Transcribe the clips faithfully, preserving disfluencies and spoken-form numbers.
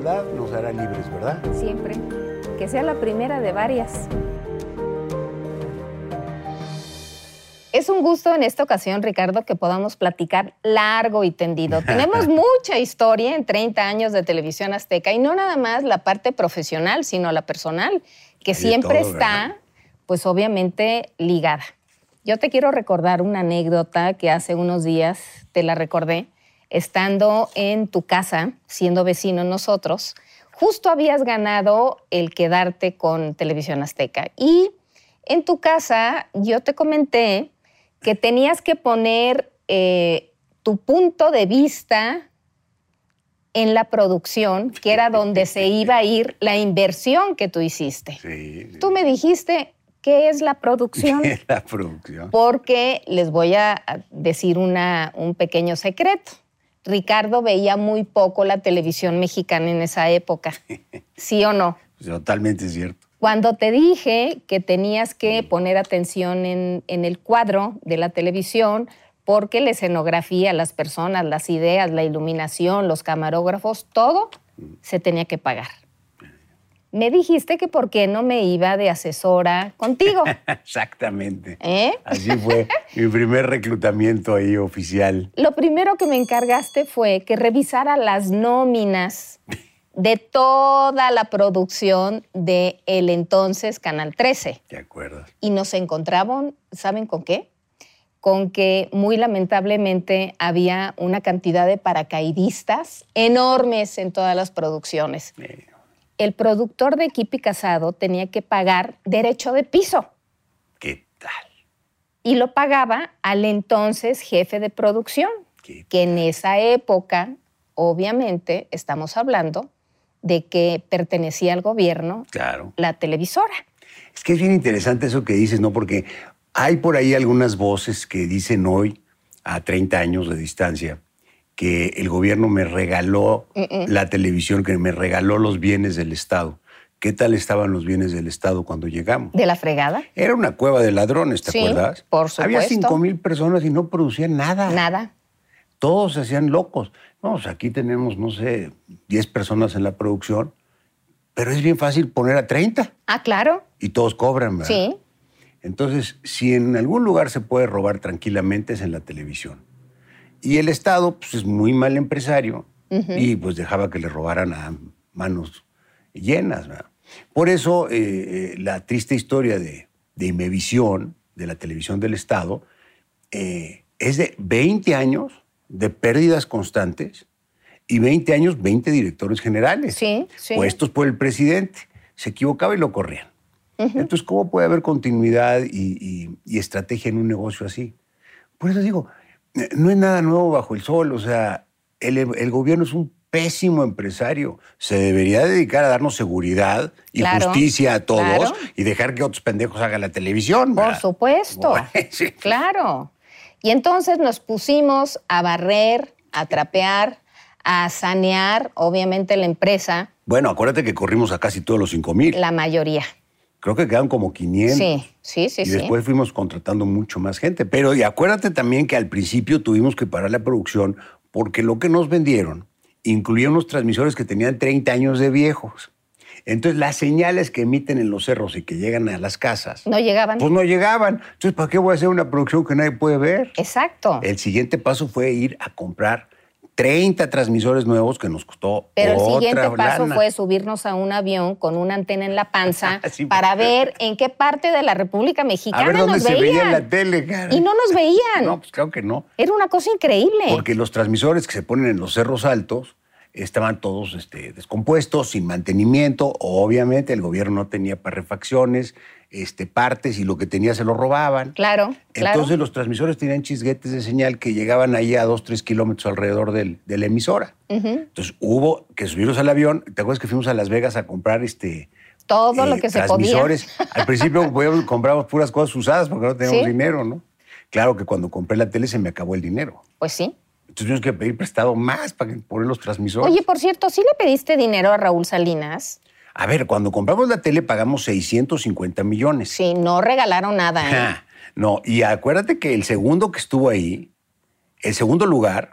igualdad nos hará libres, ¿verdad? Siempre. Que sea la primera de varias. Es un gusto en esta ocasión, Ricardo, que podamos platicar largo y tendido. Tenemos mucha historia en treinta años de Televisión Azteca y no nada más la parte profesional, sino la personal, que Hay de siempre todo, está, ¿verdad? pues obviamente, ligada. Yo te quiero recordar una anécdota que hace unos días te la recordé, estando en tu casa, siendo vecinos nosotros. Justo habías ganado el quedarte con Televisión Azteca y en tu casa yo te comenté que tenías que poner eh, tu punto de vista en la producción, que era donde se iba a ir la inversión que tú hiciste. Sí, sí. Tú me dijiste, ¿qué es la producción? ¿Qué es la producción? Porque les voy a decir una, un pequeño secreto. Ricardo veía muy poco la televisión mexicana en esa época. ¿Sí o no? Totalmente cierto. Cuando te dije que tenías que poner atención en, en el cuadro de la televisión, porque la escenografía, las personas, las ideas, la iluminación, los camarógrafos, todo se tenía que pagar. Me dijiste que por qué no me iba de asesora contigo. Exactamente. ¿Eh? Así fue mi primer reclutamiento ahí oficial. Lo primero que me encargaste fue que revisara las nóminas de toda la producción de el entonces Canal trece. ¿Te acuerdas? Y nos encontraban, ¿saben con qué? Con que muy lamentablemente había una cantidad de paracaidistas enormes en todas las producciones. Eh, El productor de Equipo y Casado tenía que pagar derecho de piso ¿Qué tal? y lo pagaba al entonces jefe de producción, ¿Qué que en esa época, obviamente, estamos hablando de que pertenecía al gobierno Claro. la televisora. Es que es bien interesante eso que dices, ¿no? Porque hay por ahí algunas voces que dicen hoy, a treinta años de distancia, que el gobierno me regaló Mm-mm. la televisión, que me regaló los bienes del Estado. ¿Qué tal estaban los bienes del Estado cuando llegamos? ¿De la fregada? Era una cueva de ladrones, ¿te Sí, acuerdas? por Había supuesto. cinco mil personas y no producían nada. Nada. Todos se hacían locos. No, o sea, aquí tenemos, no sé, diez personas en la producción, pero es bien fácil poner a treinta Ah, claro. y todos cobran, ¿verdad? Sí. Entonces, si en algún lugar se puede robar tranquilamente es en la televisión. Y el Estado, pues, es muy mal empresario Ujú. y pues dejaba que le robaran a manos llenas, ¿verdad? Por eso, eh, eh, la triste historia de, de Imevisión, de la televisión del Estado, eh, es de veinte años de pérdidas constantes y veinte años, veinte directores generales, Sí, sí. puestos por el presidente. Se equivocaba y lo corrían. Ujú. Entonces, ¿cómo puede haber continuidad y, y- y estrategia en un negocio así? Por eso digo, eh, no es nada nuevo bajo el sol. O sea, el, el gobierno es un pésimo empresario. Se debería dedicar a darnos seguridad y Claro, justicia a todos claro. y dejar que otros pendejos hagan la televisión. Por ¿verdad? supuesto. Bueno, sí. Claro. Y entonces nos pusimos a barrer, a trapear, a sanear, obviamente, la empresa, Bueno, acuérdate que corrimos a casi todos los cinco mil. la mayoría. Creo que quedaron como quinientos. Sí, sí, sí, y sí. después fuimos contratando mucho más gente. Pero y acuérdate también que al principio tuvimos que parar la producción porque lo que nos vendieron incluía unos transmisores que tenían treinta años de viejos. Entonces, las señales que emiten en los cerros y que llegan a las casas, No llegaban. pues no llegaban. Entonces, ¿para qué voy a hacer una producción que nadie puede ver? Exacto. El siguiente paso fue ir a comprar treinta transmisores nuevos que nos costó Pero el otra siguiente paso lana. fue subirnos a un avión con una antena en la panza Sí, para porque- ver en qué parte de la República Mexicana A ver dónde nos se veía veían. en la tele, cara. Y no nos veían. No, pues claro que no. Era una cosa increíble. Porque los transmisores que se ponen en los cerros altos estaban todos este, descompuestos, sin mantenimiento. Obviamente el gobierno no tenía para refacciones, este, partes, y lo que tenía se lo robaban. Claro, claro. Entonces los transmisores tenían chisguetes de señal que llegaban ahí a dos, tres kilómetros alrededor del- de la emisora. Ujú. Entonces hubo que subirnos al avión. ¿Te acuerdas que fuimos a Las Vegas a comprar este, Todo lo eh, que se podía. transmisores? Al principio podíamos- compramos puras cosas usadas porque no teníamos Sí. dinero, ¿no? Claro que cuando compré la tele se me acabó el dinero. Pues sí. Entonces tuvimos que pedir prestado más para que- poner los transmisores. Oye, por cierto, ¿sí le pediste dinero a Raúl Salinas? A ver, cuando compramos la tele pagamos seiscientos cincuenta millones. Sí, no regalaron nada, ¿eh? Ajá. No, y acuérdate que el segundo que estuvo ahí, el segundo lugar,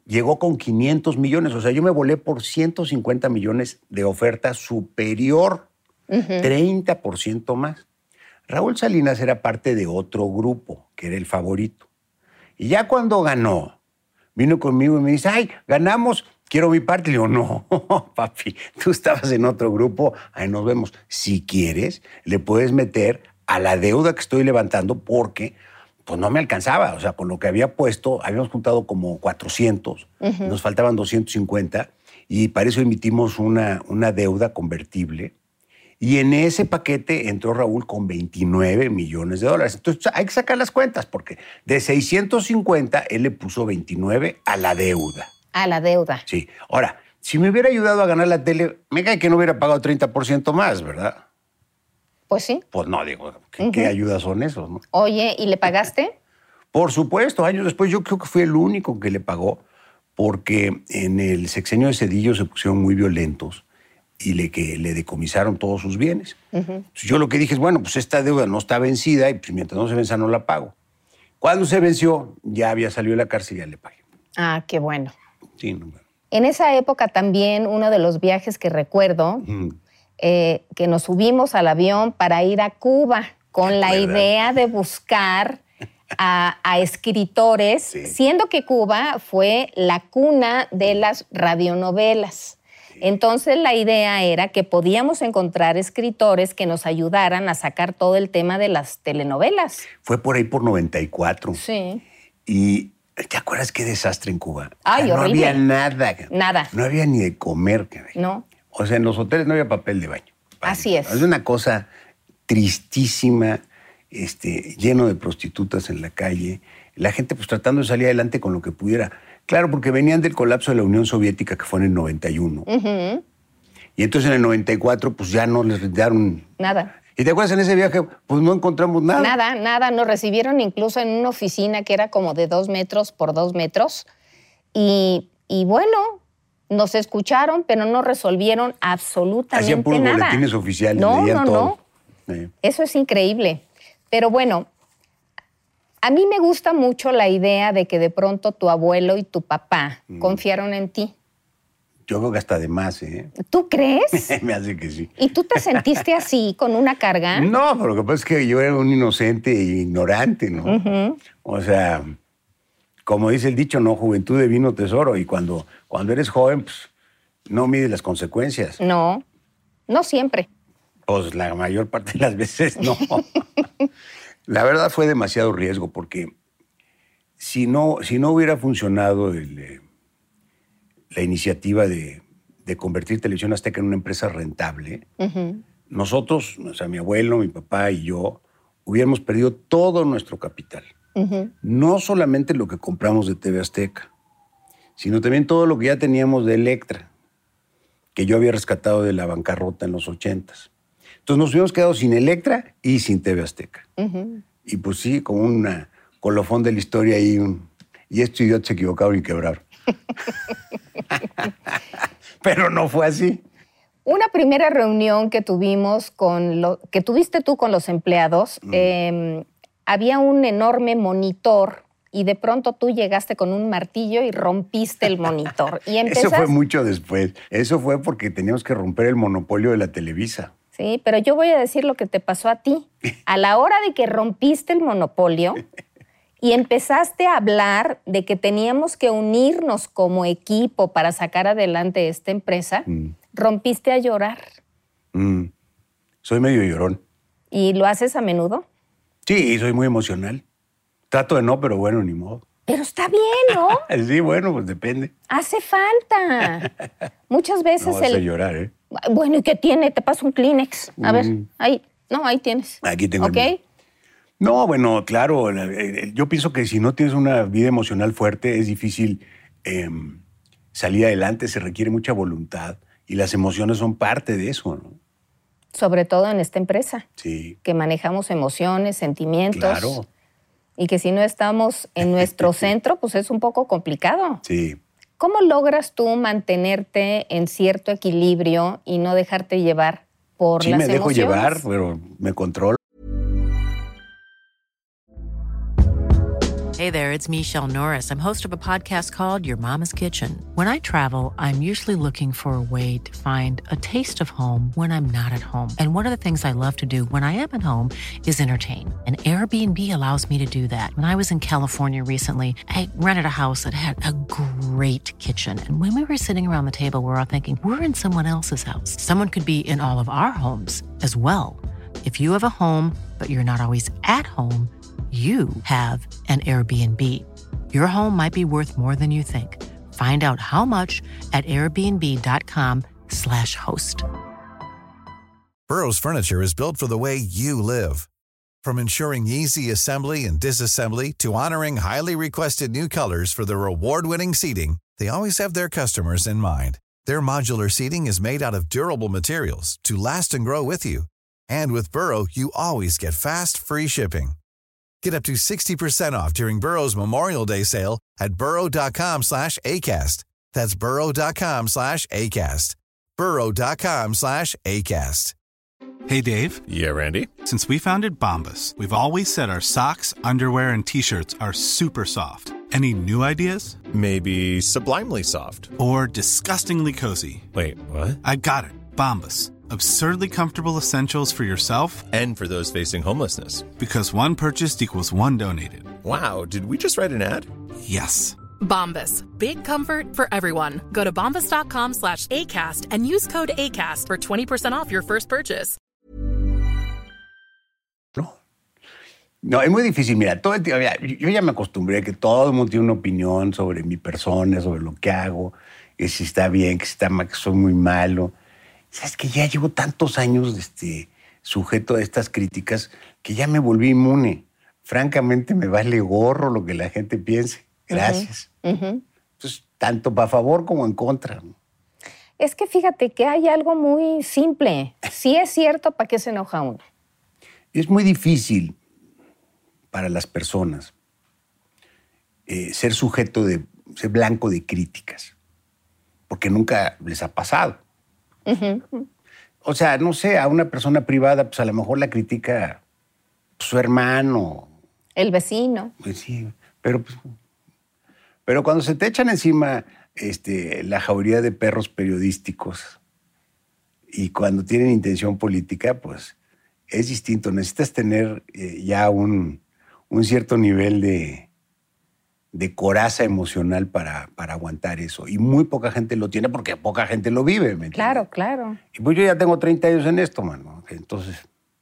llegó con quinientos millones. O sea, yo me volé por ciento cincuenta millones de oferta superior, uh-huh. treinta por ciento más. Raúl Salinas era parte de otro grupo, que era el favorito. Y ya cuando ganó, vino conmigo y me dice, ay, ganamos, quiero mi parte. Le digo, no, papi, tú estabas en otro grupo, ahí nos vemos. Si quieres, le puedes meter a la deuda que estoy levantando porque pues no me alcanzaba. O sea, con lo que había puesto, habíamos juntado como cuatrocientos, uh-huh. nos faltaban doscientos cincuenta y para eso emitimos una, una deuda convertible. Y en ese paquete entró Raúl con veintinueve millones de dólares. Entonces hay que sacar las cuentas porque de seiscientos cincuenta él le puso veintinueve a la deuda. A la deuda. Sí. Ahora, si me hubiera ayudado a ganar la tele, me cae que no hubiera pagado treinta por ciento más, ¿verdad? Pues sí. Pues no, digo, ¿qué, uh-huh. ¿qué ayudas son esos? ¿No? Oye, ¿y le pagaste? Por supuesto, años después yo creo que fui el único que le pagó porque en el sexenio de Zedillo se pusieron muy violentos y le, que le decomisaron todos sus bienes. Uh-huh. Yo lo que dije es, bueno, pues esta deuda no está vencida y pues mientras no se venza no la pago. Cuando se venció, ya había salido de la cárcel y ya le pagué. Ah, qué bueno. Sí, no, bueno. En esa época también uno de los viajes que recuerdo, uh-huh. eh, que nos subimos al avión para ir a Cuba con la idea de buscar a, a escritores, sí. siendo que Cuba fue la cuna de las radionovelas. Entonces la idea era que podíamos encontrar escritores que nos ayudaran a sacar todo el tema de las telenovelas. Fue por ahí por noventa y cuatro. Sí. Y ¿te acuerdas qué desastre en Cuba? Ay, o sea, no horrible. había nada. Nada. No había ni de comer. No. O sea, en los hoteles no había papel de baño. Así es. Es una cosa tristísima, este, lleno de prostitutas en la calle. La gente pues tratando de salir adelante con lo que pudiera. Claro, porque venían del colapso de la Unión Soviética, que fue en el noventa y uno. Uh-huh. Y entonces en el noventa y cuatro, pues ya no les daron... Nada. ¿Y te acuerdas en ese viaje? Pues no encontramos nada. Nada, nada. Nos recibieron incluso en una oficina que era como de dos metros por dos metros. Y, y bueno, nos escucharon, pero no resolvieron absolutamente Hacían puros nada. boletines oficiales, no, leían no, todo. No, sí. Eso es increíble. Pero bueno... A mí me gusta mucho la idea de que de pronto tu abuelo y tu papá mm. confiaron en ti. Yo creo que hasta de más, ¿eh? ¿Tú crees? Me hace que sí. ¿Y tú te sentiste así, con una carga? No, pero lo que pasa es que yo era un inocente e ignorante, ¿no? Uh-huh. O sea, como dice el dicho, no, juventud de vino tesoro. Y cuando, cuando eres joven, pues, no mides las consecuencias. No, no siempre. Pues la mayor parte de las veces no. La verdad fue demasiado riesgo porque si no, si no hubiera funcionado el, eh, la iniciativa de, de convertir Televisión Azteca en una empresa rentable, uh-huh. nosotros, o sea, mi abuelo, mi papá y yo, hubiéramos perdido todo nuestro capital. Uh-huh. No solamente lo que compramos de T V Azteca, sino también todo lo que ya teníamos de Electra, que yo había rescatado de la bancarrota en los ochentas. Entonces nos hubiéramos quedado sin Electra y sin T V Azteca. Uh-huh. Y pues sí, como un colofón de la historia y un... Y estos idiotas se equivocaron y quebraron. Pero no fue así. Una primera reunión que tuvimos con lo, que tuviste tú con los empleados, mm. eh, había un enorme monitor y de pronto tú llegaste con un martillo y rompiste el monitor. Y empezas... Eso fue mucho después. Eso fue porque teníamos que romper el monopolio de la Televisa. Sí, pero yo voy a decir lo que te pasó a ti. A la hora de que rompiste el monopolio y empezaste a hablar de que teníamos que unirnos como equipo para sacar adelante esta empresa, mm. rompiste a llorar. Mm. Soy medio llorón. ¿Y lo haces a menudo? Sí, soy muy emocional. Trato de no, pero bueno, ni modo. Pero está bien, ¿no? Sí, bueno, pues depende. Hace falta. Muchas veces no vas el... a llorar, ¿eh? Bueno, ¿y qué tiene? Te paso un Kleenex. A mm. ver, ahí. No, ahí tienes. Aquí tengo. ¿Ok? El... No, bueno, claro. Yo pienso que si no tienes una vida emocional fuerte, es difícil eh, salir adelante. Se requiere mucha voluntad. Y las emociones son parte de eso, ¿no? Sobre todo en esta empresa. Sí. Que manejamos emociones, sentimientos. Claro. Y que si no estamos en nuestro centro, pues es un poco complicado. Sí. ¿Cómo logras tú mantenerte en cierto equilibrio y no dejarte llevar por sí, las emociones? Sí, me dejo emociones? llevar, pero me controlo. Hey there, it's Michelle Norris. I'm host of a podcast called Your Mama's Kitchen. When I travel, I'm usually looking for a way to find a taste of home when I'm not at home. And one of the things I love to do when I am at home is entertain. And Airbnb allows me to do that. When I was in California recently, I rented a house that had a great kitchen. And when we were sitting around the table, we're all thinking, we're in someone else's house. Someone could be in all of our homes as well. If you have a home, but you're not always at home, you have an Airbnb. Your home might be worth more than you think. Find out how much at airbnb.com slash host. Burrow's furniture is built for the way you live. From ensuring easy assembly and disassembly to honoring highly requested new colors for their award-winning seating, they always have their customers in mind. Their modular seating is made out of durable materials to last and grow with you. And with Burrow, you always get fast, free shipping. Get up to sixty percent off during Burrow's Memorial Day sale at burrow.com slash ACAST. That's burrow.com slash ACAST. burrow.com slash ACAST. Hey, Dave. Yeah, Randy. Since we founded Bombas, we've always said our socks, underwear, and T-shirts are super soft. Any new ideas? Maybe sublimely soft. Or disgustingly cozy. Wait, what? I got it. Bombas. Absurdly comfortable essentials for yourself and for those facing homelessness. Because one purchased equals one donated. Wow, did we just write an ad? Yes. Bombas. Big comfort for everyone. Go to bombas.com slash ACAST and use code ACAST for twenty percent off your first purchase. No, no, es muy difícil. Mira, todo el tiempo, mira, yo ya me acostumbré a que todo el mundo tiene una opinión sobre mi persona, sobre lo que hago, que si está bien, que si está mal, que soy muy malo. Sabes que ya llevo tantos años este, sujeto a estas críticas que ya me volví inmune. Francamente, me vale gorro lo que la gente piense. Gracias. Uh-huh. Uh-huh. Entonces, tanto para favor como en contra. Es que fíjate que hay algo muy simple. Si es cierto, ¿para qué se enoja uno? Es muy difícil para las personas eh, ser sujeto de, ser blanco de críticas, porque nunca les ha pasado. Uh-huh. O sea, no sé, a una persona privada, pues a lo mejor la critica su hermano. El vecino. Pues sí, pero, pues, pero cuando se te echan encima este, la jauría de perros periodísticos y cuando tienen intención política, pues es distinto. Necesitas tener eh, ya un, un cierto nivel de, de coraza emocional para, para aguantar eso. Y muy poca gente lo tiene porque poca gente lo vive, ¿me entiendes? Claro, claro. Y pues yo ya tengo treinta años en esto, mano. Entonces...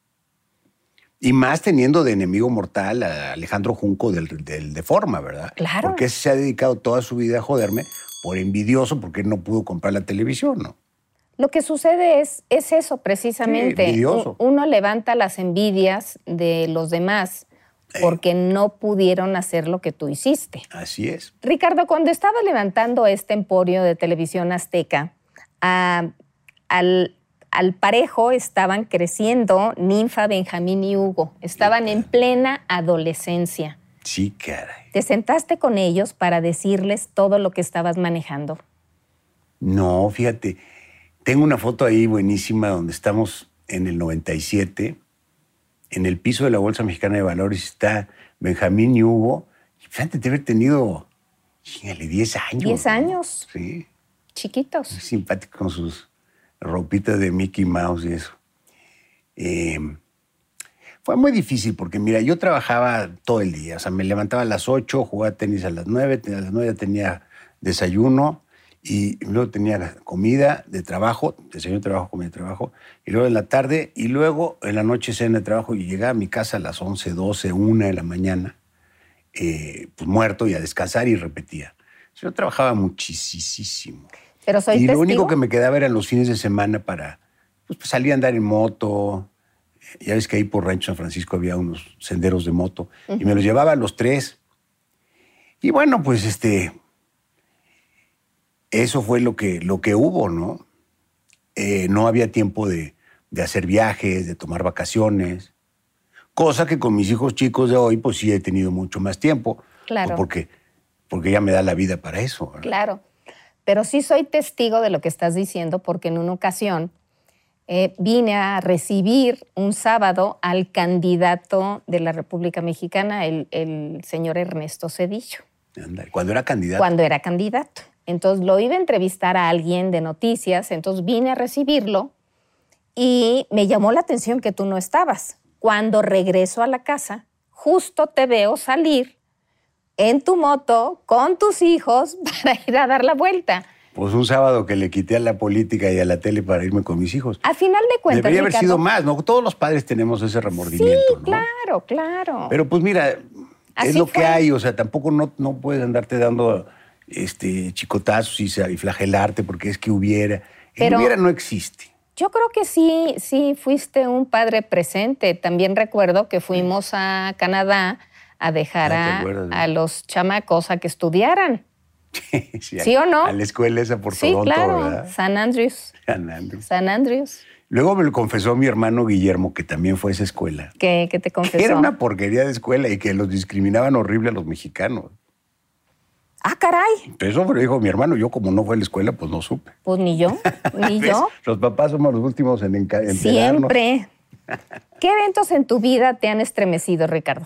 Y más teniendo de enemigo mortal a Alejandro Junco del, del Deforma, ¿verdad? Claro. Porque ese se ha dedicado toda su vida a joderme por envidioso, porque él no pudo comprar la televisión, ¿no? Lo que sucede es, es eso, precisamente. Sí, envidioso. Uno levanta las envidias de los demás porque eh. no pudieron hacer lo que tú hiciste. Así es. Ricardo, cuando estaba levantando este emporio de Televisión Azteca, a, al, al parejo estaban creciendo Ninfa, Benjamín y Hugo. Estaban sí, en plena adolescencia. Sí, caray. ¿Te sentaste con ellos para decirles todo lo que estabas manejando? No, fíjate. Tengo una foto ahí buenísima donde estamos en el noventa y siete. En el piso de la Bolsa Mexicana de Valores está Benjamín y Hugo. Fíjate de haber tenido, chíngale, diez años. diez años. ¿No? Sí. Chiquitos. Muy simpáticos con sus ropitas de Mickey Mouse y eso. Eh, fue muy difícil porque, mira, yo trabajaba todo el día. O sea, me levantaba a las ocho, jugaba tenis a las nueve, a las nueve tenía desayuno y luego tenía comida de trabajo, desayuno de trabajo, comida de trabajo, y luego en la tarde y luego en la noche cena de trabajo y llegaba a mi casa a las once, doce, una de la mañana, eh, pues muerto y a descansar y repetía. Yo trabajaba muchísimo. Pero soy y testigo. Lo único que me quedaba eran los fines de semana para pues, pues, salir a andar en moto. Ya ves que ahí por Rancho San Francisco había unos senderos de moto. Uh-huh. Y me los llevaba a los tres. Y bueno, pues este... Eso fue lo que, lo que hubo, ¿no? Eh, no había tiempo de, de hacer viajes, de tomar vacaciones. Cosa que con mis hijos chicos de hoy, pues sí he tenido mucho más tiempo. Claro. Porque, porque ya me da la vida para eso, ¿verdad? Claro. Pero sí soy testigo de lo que estás diciendo porque en una ocasión eh, vine a recibir un sábado al candidato de la República Mexicana, el, el señor Ernesto Zedillo. Anda, ¿cuándo era candidato? Cuando era candidato. Entonces lo iba a entrevistar a alguien de noticias, entonces vine a recibirlo y me llamó la atención que tú no estabas. Cuando regreso a la casa, justo te veo salir en tu moto con tus hijos para ir a dar la vuelta. Pues un sábado que le quité a la política y a la tele para irme con mis hijos. Al final de cuentas, debería haber Ricardo, sido más, ¿no? Todos los padres tenemos ese remordimiento, sí, ¿no? claro, claro. Pero pues mira, Así es lo fue. que hay, o sea, tampoco no, no puedes andarte dando este, chicotazos y, y flagelarte porque es que hubiera. El Pero- hubiera no existe. Yo creo que sí, sí fuiste un padre presente. También recuerdo que fuimos a Canadá a dejar Ah, ¿te a, acuerdas, no? a los chamacos a que estudiaran. Sí, ¿Sí o no? A la escuela esa por Sí, Toronto, claro. ¿verdad? San Andrews. Andando. San Andrews. Luego me lo confesó mi hermano Guillermo, que también fue a esa escuela. Que, que te Que confesó. era una porquería de escuela y que los discriminaban horrible a los mexicanos. Ah, caray. Eso me lo dijo mi hermano. Yo, como no fue a la escuela, pues no supe. Pues ni yo, ni ¿Ves? yo. Los papás somos los últimos en enca- enterarnos. Siempre. ¿Qué eventos en tu vida te han estremecido, Ricardo?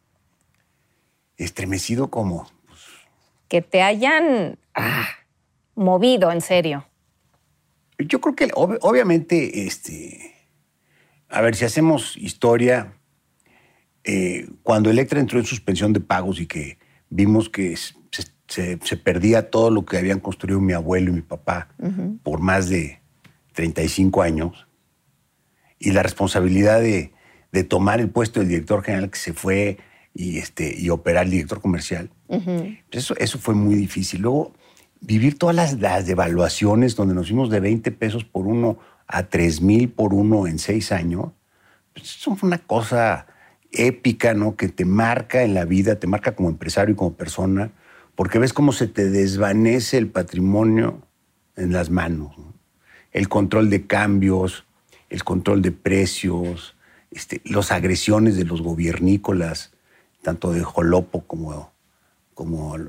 Estremecido como. Que te hayan ah, movido, en serio. Yo creo que ob- obviamente, este, a ver, si hacemos historia, eh, cuando Electra entró en suspensión de pagos y que vimos que se, se- se perdía todo lo que habían construido mi abuelo y mi papá por más de treinta y cinco años, y la responsabilidad de, de tomar el puesto del director general que se fue y, este, y operar el director comercial, eso, eso fue muy difícil. Luego, vivir todas las, las devaluaciones donde nos fuimos de veinte pesos por uno a tres mil por uno en seis años, pues eso fue una cosa épica, ¿no? Que te marca en la vida, te marca como empresario y como persona, porque ves cómo se te desvanece el patrimonio en las manos, ¿no? El control de cambios, el control de precios, este, las agresiones de los gobiernícolas, tanto de Jolopo como, como uh,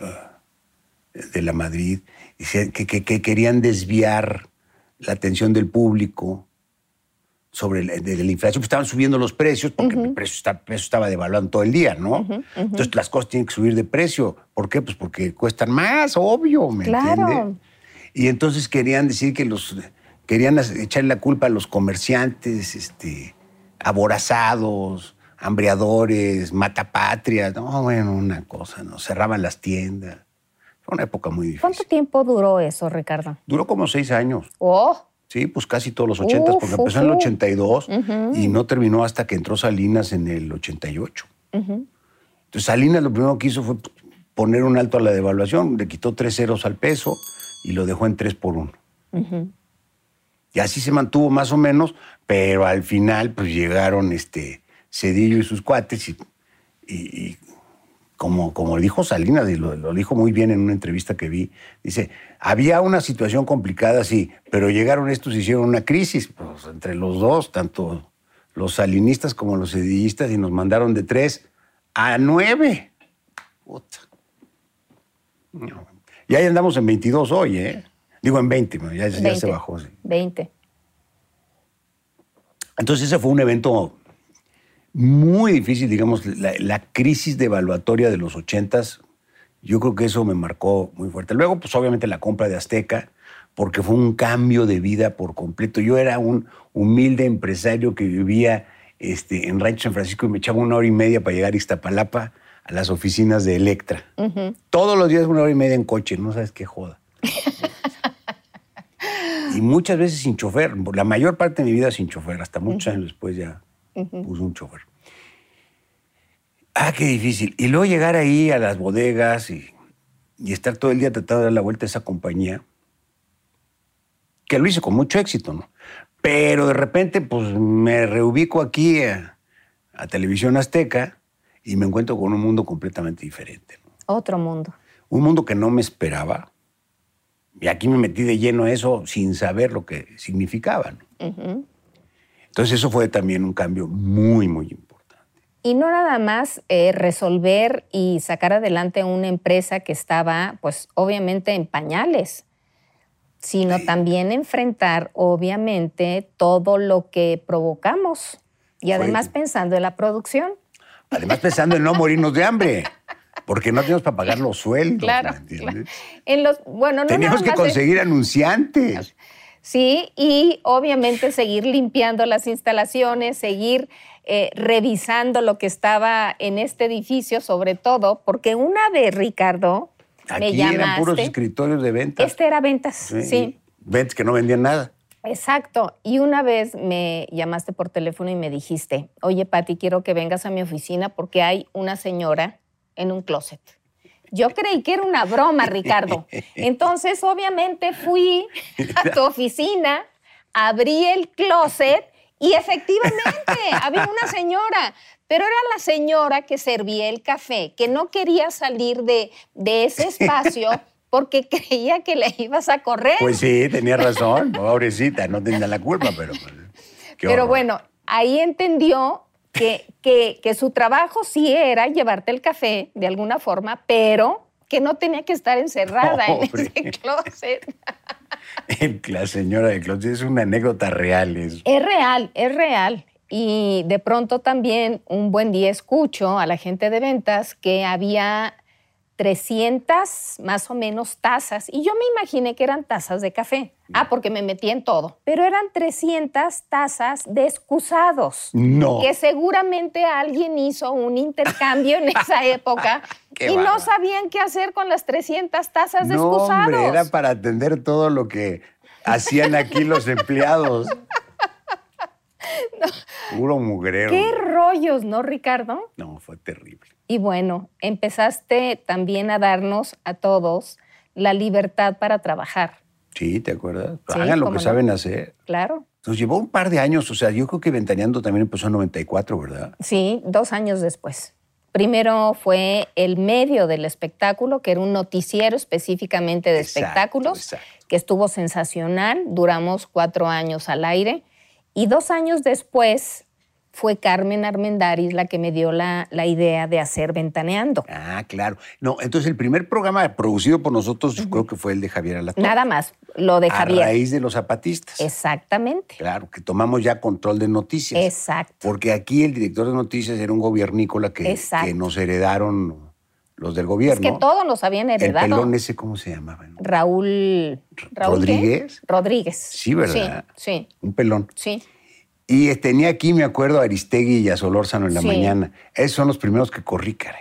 de la Madrid, que, que, que querían desviar la atención del público sobre la, de, de la inflación, pues estaban subiendo los precios porque uh-huh. el, precio está, el precio estaba devaluando todo el día, ¿no? Uh-huh, uh-huh. Entonces las cosas tienen que subir de precio. ¿Por qué? Pues porque cuestan más, obvio, ¿me claro. entiendes? Y entonces querían decir que los... Querían echarle la culpa a los comerciantes, este, aborazados, hambreadores, matapatrias. No, bueno, una cosa, ¿no? Cerraban las tiendas. Fue una época muy difícil. ¿Cuánto tiempo duró eso, Ricardo? Duró como seis años. ¡Oh! Sí, pues casi todos los ochentas, Uf, porque empezó uf, en el ochenta y dos uh-huh. y no terminó hasta que entró Salinas en el ochenta y ocho. Uh-huh. Entonces Salinas lo primero que hizo fue poner un alto a la devaluación, le quitó tres ceros al peso y lo dejó en tres por uno. Uh-huh. Y así se mantuvo más o menos, pero al final pues llegaron este Zedillo y sus cuates y, y, y como, como dijo Salinas, y lo, lo dijo muy bien en una entrevista que vi, dice, había una situación complicada, sí, pero llegaron estos y hicieron una crisis pues, entre los dos, tanto los salinistas como los zedillistas, y nos mandaron de tres a nueve. Puta. No. Y ahí andamos en veintidós hoy, ¿eh? Digo, en veinte, ya, ya veinte, se bajó. Sí. veinte. Entonces ese fue un evento muy difícil, digamos, la, la crisis devaluatoria de los ochentas, yo creo que eso me marcó muy fuerte. Luego, pues obviamente la compra de Azteca, porque fue un cambio de vida por completo. Yo era un humilde empresario que vivía este, en Rancho San Francisco y me echaba una hora y media para llegar a Iztapalapa a las oficinas de Electra. Uh-huh. Todos los días una hora y media en coche, no sabes qué joda. Y muchas veces sin chofer, la mayor parte de mi vida sin chofer, hasta muchos uh-huh. años después ya uh-huh. puse un chofer. Ah, qué difícil. Y luego llegar ahí a las bodegas y, y estar todo el día tratando de dar la vuelta a esa compañía, que lo hice con mucho éxito, ¿no? Pero de repente, pues me reubico aquí a, a Televisión Azteca y me encuentro con un mundo completamente diferente, ¿no? Otro mundo. Un mundo que no me esperaba. Y aquí me metí de lleno a eso sin saber lo que significaba, ¿no? Uh-huh. Entonces eso fue también un cambio muy, muy importante. Y no nada más eh, resolver y sacar adelante una empresa que estaba, pues, obviamente en pañales, sino también enfrentar, obviamente, todo lo que provocamos. Y además Fue- pensando en la producción. Además pensando en no morirnos de hambre, porque no teníamos para pagar los sueldos, Claro, ¿me entiendes? claro. En los, bueno, no Teníamos nada que más de- conseguir anunciantes. Sí, y obviamente seguir limpiando las instalaciones, seguir eh, revisando lo que estaba en este edificio, sobre todo, porque una vez, Ricardo, me Aquí llamaste. eran puros escritorios de ventas. Este era ventas, sí. Ventas que no vendían nada. Exacto. Y una vez me llamaste por teléfono y me dijiste, oye, Pati, quiero que vengas a mi oficina porque hay una señora en un closet. Yo creí que era una broma, Ricardo. Entonces, obviamente, fui a tu oficina, abrí el closet y efectivamente había una señora, pero era la señora que servía el café, que no quería salir de, de ese espacio porque creía que le ibas a correr. Pues sí, tenía razón. Pobrecita, no tenía la culpa, pero... pues, qué Pero horror. bueno, ahí entendió que, que, que su trabajo sí era llevarte el café de alguna forma, pero que no tenía que estar encerrada en Pobre. ese closet. El- La señora de closet es una anécdota real. Eso. Es real, es real. Y de pronto también un buen día escucho a la gente de ventas que había trescientas más o menos tazas. Y yo me imaginé que eran tazas de café. Ah, porque me metí en todo. Pero eran trescientas tazas de excusados. No. Que seguramente alguien hizo un intercambio en esa época Qué y no bárbaro. sabían qué hacer con las trescientas tazas de No, excusados. hombre, era para atender todo lo que hacían aquí los empleados. Puro mugrero. Qué rollos, ¿no, Ricardo? No, fue terrible. Y bueno, empezaste también a darnos a todos la libertad para trabajar. Sí, ¿te acuerdas? Sí, Hagan lo cómo que no. saben hacer. Claro. Nos llevó un par de años, o sea, yo creo que Ventaneando también empezó en noventa y cuatro, ¿verdad? Sí, dos años después. Primero fue el medio del espectáculo, que era un noticiero específicamente de Exacto, espectáculos, exacto. que estuvo sensacional. Duramos cuatro años al aire. Y dos años después fue Carmen Armendáriz la que me dio la, la idea de hacer Ventaneando. Ah, claro. No, entonces el primer programa producido por nosotros yo creo que fue el de Javier Alatorre. Nada más, lo de A Javier. raíz de los zapatistas. Exactamente. Claro, que tomamos ya control de noticias. Exacto. Porque aquí el director de noticias era un gobiernícola que, Exacto. que nos heredaron los del Es gobierno. que todos nos habían El heredado. pelón ese, ¿cómo se llamaba? ¿No? Raúl, ¿Raúl qué? ¿Rodríguez? Rodríguez. Sí, ¿verdad? Sí, Un pelón. sí, sí. Y eh, tenía aquí, me acuerdo, a Aristegui y a Solórzano en la Sí. mañana. Esos son los primeros que corrí, caray.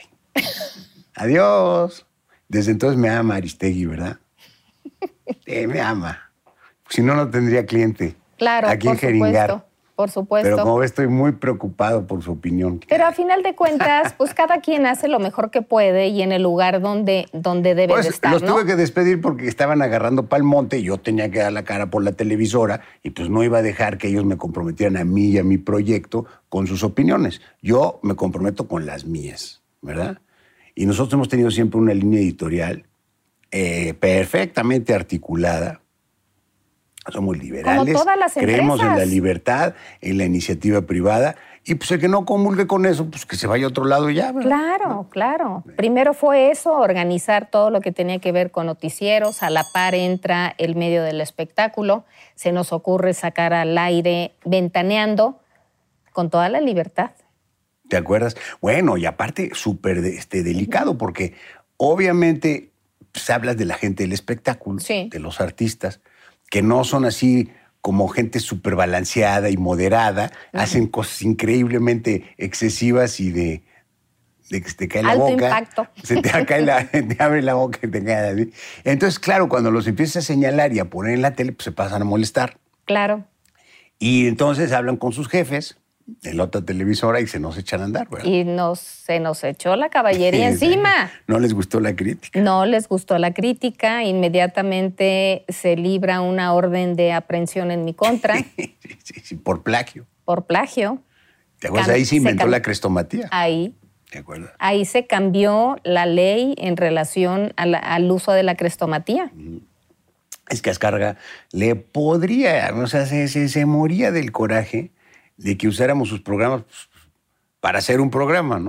Adiós. Desde entonces me ama Aristegui, ¿verdad? Sí, me ama. Si no, no tendría cliente. Claro, aquí por en Jeringar. supuesto. Por supuesto. Pero como ves, estoy muy preocupado por su opinión. Pero a final de cuentas, pues cada quien hace lo mejor que puede y en el lugar donde, donde debe Pues, de estar, los ¿no? tuve que despedir porque estaban agarrando pa'l monte y yo tenía que dar la cara por la televisora y pues no iba a dejar que ellos me comprometieran a mí y a mi proyecto con sus opiniones. Yo me comprometo con las mías, ¿verdad? Y nosotros hemos tenido siempre una línea editorial eh, perfectamente articulada. Somos liberales, Como todas las creemos en la empresas. libertad, en la iniciativa privada y pues el que no comulgue con eso, pues que se vaya a otro lado y ya, ¿verdad? Claro, claro. Primero fue eso, organizar todo lo que tenía que ver con noticieros. A la par entra el medio del espectáculo. Se nos ocurre sacar al aire Ventaneando con toda la libertad. ¿Te acuerdas? Bueno, y aparte, súper este, delicado, porque obviamente pues, hablas de la gente del espectáculo, Sí. de los artistas, que no son así como gente súper balanceada y moderada, uh-huh. hacen cosas increíblemente excesivas y de, de que se te cae la Alto boca. impacto. Se te, cae la, te abre la boca y te cae así. Entonces, claro, cuando los empiezas a señalar y a poner en la tele, pues se pasan a molestar. Claro. Y entonces hablan con sus jefes de la otra televisora y se nos echan a andar, ¿verdad? Y nos, se nos echó la caballería encima. No les gustó la crítica. No les gustó la crítica. Inmediatamente se libra una orden de aprehensión en mi contra sí, sí, sí, por plagio. por plagio. ¿Te acuerdas? Cam- Ahí se se inventó cam- la crestomatía. Ahí, ¿Te acuerdas? ahí se cambió la ley en relación a la- al uso de la crestomatía. Es que Azcárraga le podría, o sea, se, se, se moría del coraje de que usáramos sus programas pues, para hacer un programa, ¿no?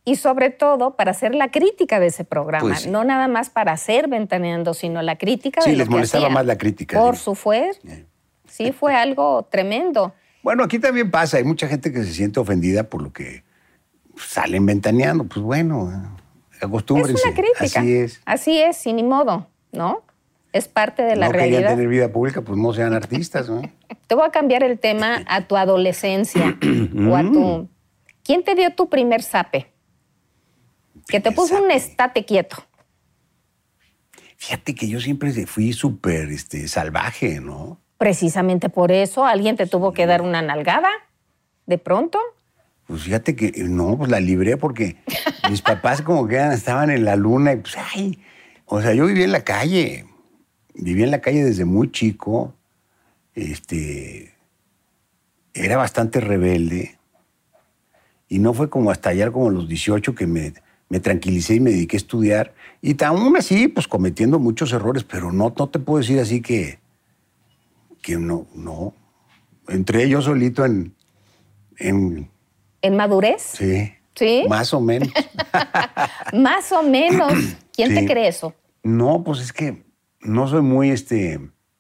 Y sobre todo para hacer la crítica de ese programa, Pues sí. no nada más para hacer Ventaneando, sino la crítica Sí, de lo les que molestaba hacían. más la crítica. Por sí. supuesto. Sí. Sí, fue algo tremendo. Bueno, aquí también pasa, hay mucha gente que se siente ofendida por lo que salen Ventaneando. Pues bueno, acostúmbrense. Es una crítica. Así es. Así es, y ni modo, ¿no? Es parte de la no realidad. querían tener vida pública, pues no sean artistas, ¿no? Te voy a cambiar el tema a tu adolescencia o a tu... ¿Quién te dio tu primer zape? Que te Primer puso un zape. estate quieto. Fíjate que yo siempre fui súper este, salvaje, ¿no? Precisamente por eso alguien te tuvo que dar una nalgada de pronto. Pues fíjate que no, pues la libré porque mis papás como que eran- estaban en la luna y pues, ay, o sea, yo vivía en la calle, vivía en la calle desde muy chico, este, era bastante rebelde y no fue como hasta allá como a los dieciocho que me, me tranquilicé y me dediqué a estudiar y aún así, pues cometiendo muchos errores, pero no, no te puedo decir así que, que no, no, entré yo solito en, en ¿En madurez? sí. ¿Sí? Más o menos. Más o menos. ¿Quién Sí. te cree eso? No, pues es que no soy muy, este,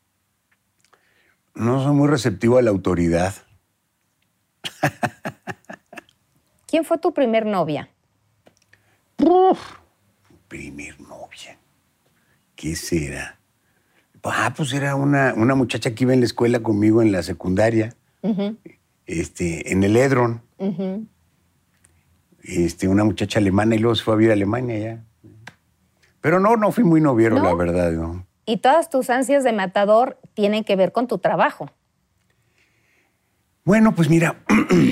no soy muy receptivo a la autoridad. ¿Quién fue tu primer novia? Uf, primer novia. ¿Qué será? Ah, pues era una, una muchacha que iba en la escuela conmigo en la secundaria, este, en el Edron. este, una muchacha alemana y luego se fue a vivir a Alemania ya. Pero no, no fui muy noviero, ¿No? la verdad, ¿no? Y todas tus ansias de matador tienen que ver con tu trabajo. Bueno, pues mira,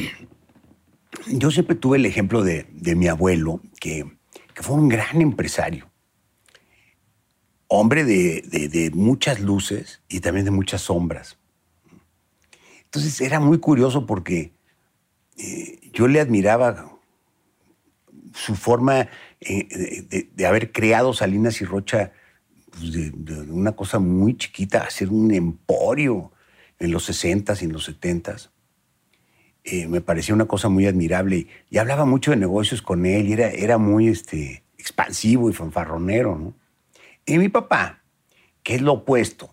yo siempre tuve el ejemplo de, de mi abuelo, que, que fue un gran empresario. Hombre de, de, de muchas luces y también de muchas sombras. Entonces era muy curioso porque eh, yo le admiraba su forma eh, de, de, de haber creado Salinas y Rocha, pues de, de una cosa muy chiquita, hacer un emporio en los sesentas y en los setentas. Eh, me parecía una cosa muy admirable y, y hablaba mucho de negocios con él y era, era muy este, expansivo y fanfarronero, ¿no? Y mi papá, que es lo opuesto,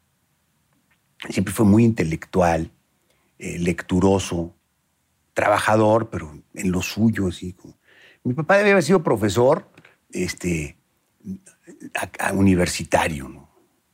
siempre fue muy intelectual, eh, lecturoso, trabajador, pero en lo suyo, así. Como... Mi papá debe haber sido profesor este, a, a universitario, ¿no?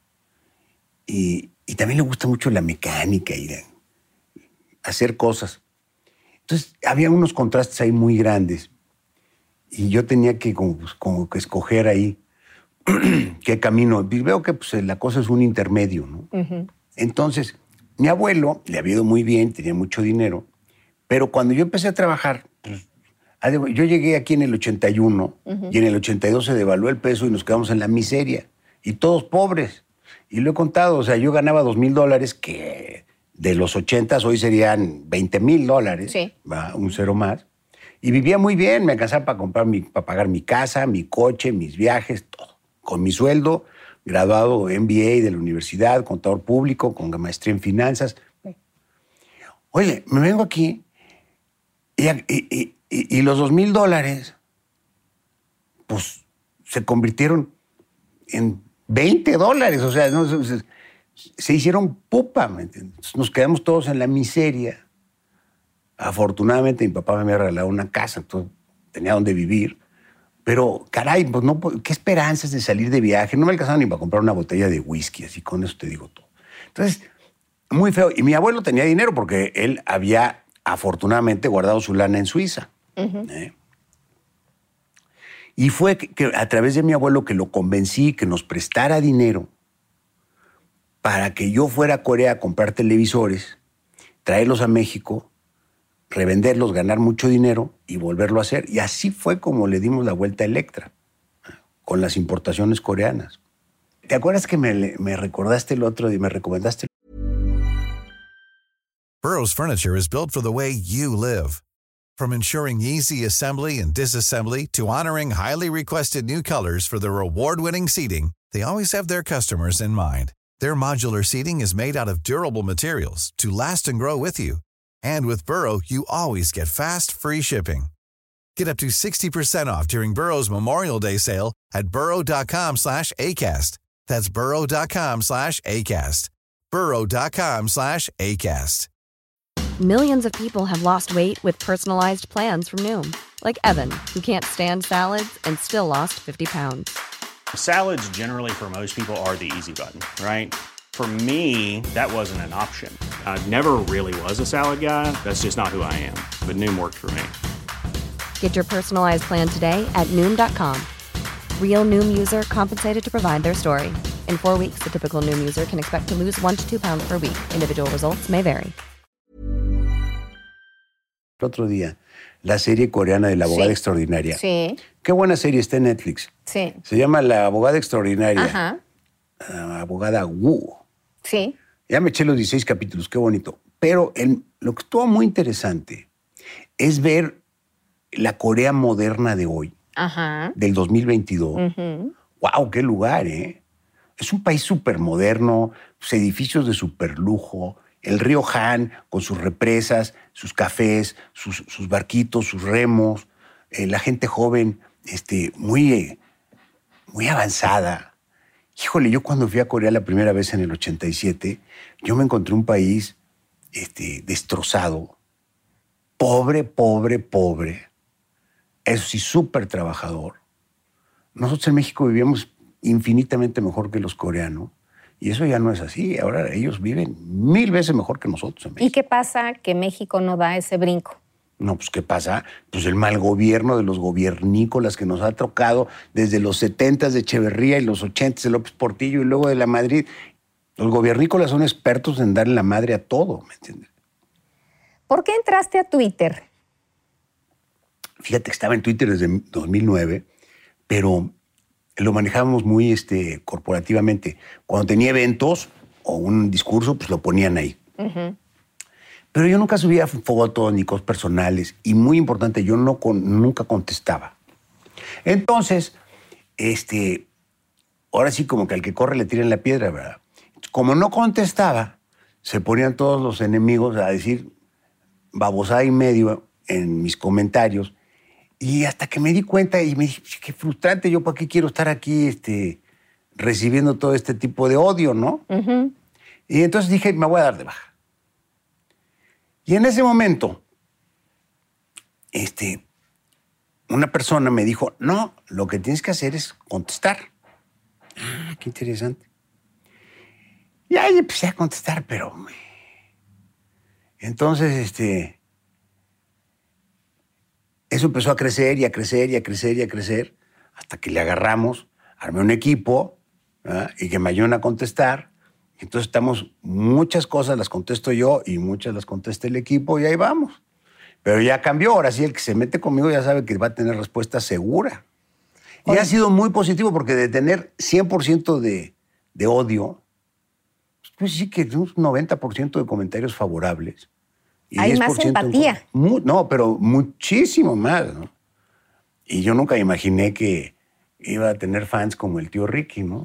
Y, y también le gusta mucho la mecánica y la, hacer cosas. Entonces, había unos contrastes ahí muy grandes y yo tenía que como, pues, como que escoger ahí qué camino. Y veo que pues, la cosa es un intermedio, ¿no? Uh-huh. Entonces, mi abuelo le había ido muy bien, tenía mucho dinero, pero cuando yo empecé a trabajar, pues, yo llegué aquí en el ochenta y uno uh-huh. y en el ochenta y dos se devaluó el peso y nos quedamos en la miseria. Y todos pobres. Y lo he contado, o sea, yo ganaba dos mil dólares que de los ochentas hoy serían veinte mil dólares, sí. ¿va? Un cero más. Y vivía muy bien, me alcanzaba para, comprar mi, para pagar mi casa, mi coche, mis viajes, todo. Con mi sueldo, graduado M B A de la universidad, contador público, con maestría en finanzas. Oye, me vengo aquí y, y, y, y los dos mil dólares, pues, se convirtieron en veinte dólares. O sea, no, se, se hicieron pupa, ¿me entiendes? Nos quedamos todos en la miseria. Afortunadamente, mi papá me había regalado una casa, entonces tenía donde vivir. Pero, caray, pues no, qué esperanzas de salir de viaje. No me alcanzaba ni para comprar una botella de whisky, así con eso te digo todo. Entonces, muy feo. Y mi abuelo tenía dinero porque él había, afortunadamente, guardado su lana en Suiza. Uh-huh. ¿eh? Y fue que, que a través de mi abuelo que lo convencí que nos prestara dinero para que yo fuera a Corea a comprar televisores, traerlos a México, revenderlos, ganar mucho dinero y volverlo a hacer. Y así fue como le dimos la vuelta a Electra, con las importaciones coreanas. ¿Te acuerdas que me, me recordaste el otro día, me recomendaste? Burrow's furniture is built for the way you live. From ensuring easy assembly and disassembly to honoring highly requested new colors for their award-winning seating, they always have their customers in mind. Their modular seating is made out of durable materials to last and grow with you. And with Burrow, you always get fast, free shipping. Get up to sixty percent off during Burrow's Memorial Day sale at burrow.com slash ACAST. That's burrow.com slash ACAST. burrow.com slash ACAST. Millions of people have lost weight with personalized plans from Noom. Like Evan, who can't stand salads and still lost fifty pounds. Salads generally for most people are the easy button, right? For me, that wasn't an option. I never really was a salad guy. That's just not who I am. But Noom worked for me. Get your personalized plan today at Noom dot com. Real Noom user compensated to provide their story. In four weeks, the typical Noom user can expect to lose one to two pounds per week. Individual results may vary. El otro día, la serie coreana de La Abogada Sí. Extraordinaria. Sí, Qué buena serie, está en Netflix. sí. Se llama La Abogada Extraordinaria. Ajá, Ah, abogada Wu. sí. Ya me eché los dieciséis capítulos, qué bonito. Pero el- lo que estuvo muy interesante es ver la Corea moderna de hoy, Ajá. del dos mil veintidós. Ujú. ¡Wow! ¡Qué lugar, eh! Es un país súper moderno, edificios de súper lujo, el río Han con sus represas, sus cafés, sus, sus barquitos, sus remos, eh, la gente joven este, muy, eh, muy avanzada. Híjole, yo cuando fui a Corea la primera vez en el ochenta y siete, yo me encontré un país este, destrozado, pobre, pobre, pobre. Eso sí, súper trabajador. Nosotros en México vivíamos infinitamente mejor que los coreanos. Y eso ya no es así. Ahora ellos viven mil veces mejor que nosotros en México. ¿Y qué pasa que México no da ese brinco? No, pues ¿qué pasa? Pues el mal gobierno de los gobiernícolas que nos ha tocado desde los setentas de Echeverría y los ochentas de López Portillo y luego de la Madrid. Los gobiernícolas son expertos en darle la madre a todo, ¿me entiendes? ¿Por qué entraste a Twitter? Fíjate que estaba en Twitter desde dos mil nueve, pero lo manejábamos muy este, corporativamente. Cuando tenía eventos o un discurso, pues lo ponían ahí. Ujú. Pero yo nunca subía fotos ni cosas personales. Y muy importante, yo no con, nunca contestaba. Entonces, este, ahora sí como que al que corre le tiran la piedra, ¿verdad? Como no contestaba, se ponían todos los enemigos a decir babosada y medio en mis comentarios. Y hasta que me di cuenta y me dije, qué frustrante, yo para qué quiero estar aquí este, recibiendo todo este tipo de odio, ¿no? Ujú. Y entonces dije, me voy a dar de baja. Y en ese momento, este, una persona me dijo, no, lo que tienes que hacer es contestar. Ah, qué interesante. Y ahí empecé a contestar, pero... Entonces, este... Eso empezó a crecer y a crecer y a crecer y a crecer hasta que le agarramos, armé un equipo, ¿verdad? Y que me ayudan a contestar. Entonces estamos, muchas cosas las contesto yo y muchas las contesta el equipo y ahí vamos. Pero ya cambió, ahora sí el que se mete conmigo ya sabe que va a tener respuesta segura. Y ha sido muy positivo porque de tener cien por ciento de, de odio, pues sí que un noventa por ciento de comentarios favorables. Y Hay diez más por ciento en empatía. contra. Mu- no, pero muchísimo más, ¿no? Y yo nunca imaginé que iba a tener fans como el tío Ricky, ¿no?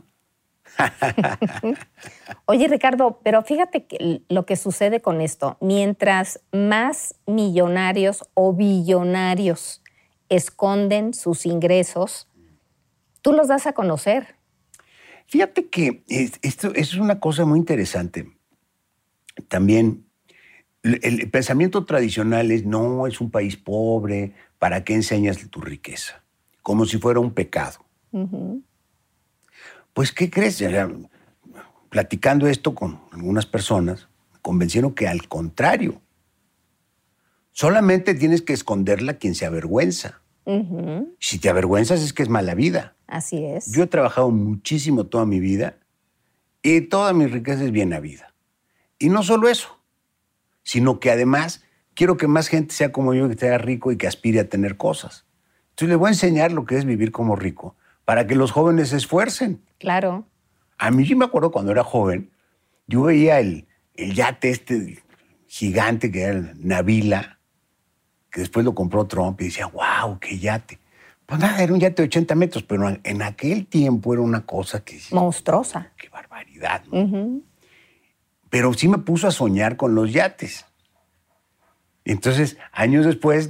Oye, Ricardo, pero fíjate que lo que sucede con esto, mientras más millonarios o billonarios esconden sus ingresos, tú los das a conocer. Fíjate que es- esto, esto es una cosa muy interesante. También el, el pensamiento tradicional es, no, es un país pobre, ¿para qué enseñas tu riqueza? Como si fuera un pecado. Ujú. Pues, ¿qué crees? Ya, platicando esto con algunas personas, me convencieron que al contrario, solamente tienes que esconderla quien se avergüenza. Ujú. Si te avergüenzas es que es mala vida. Así es. Yo he trabajado muchísimo toda mi vida y toda mi riqueza es bien habida. Y no solo eso, sino que además quiero que más gente sea como yo, que sea rico y que aspire a tener cosas. Entonces les voy a enseñar lo que es vivir como rico para que los jóvenes se esfuercen. Claro. A mí yo me acuerdo cuando era joven, yo veía el, el yate este gigante que era el Navila, que después lo compró Trump y decía, wow, qué yate. Pues nada, era un yate de ochenta metros, pero en aquel tiempo era una cosa que... Monstruosa. Qué barbaridad, ¿no? Ujú. Pero sí me puso a soñar con los yates. Entonces, años después,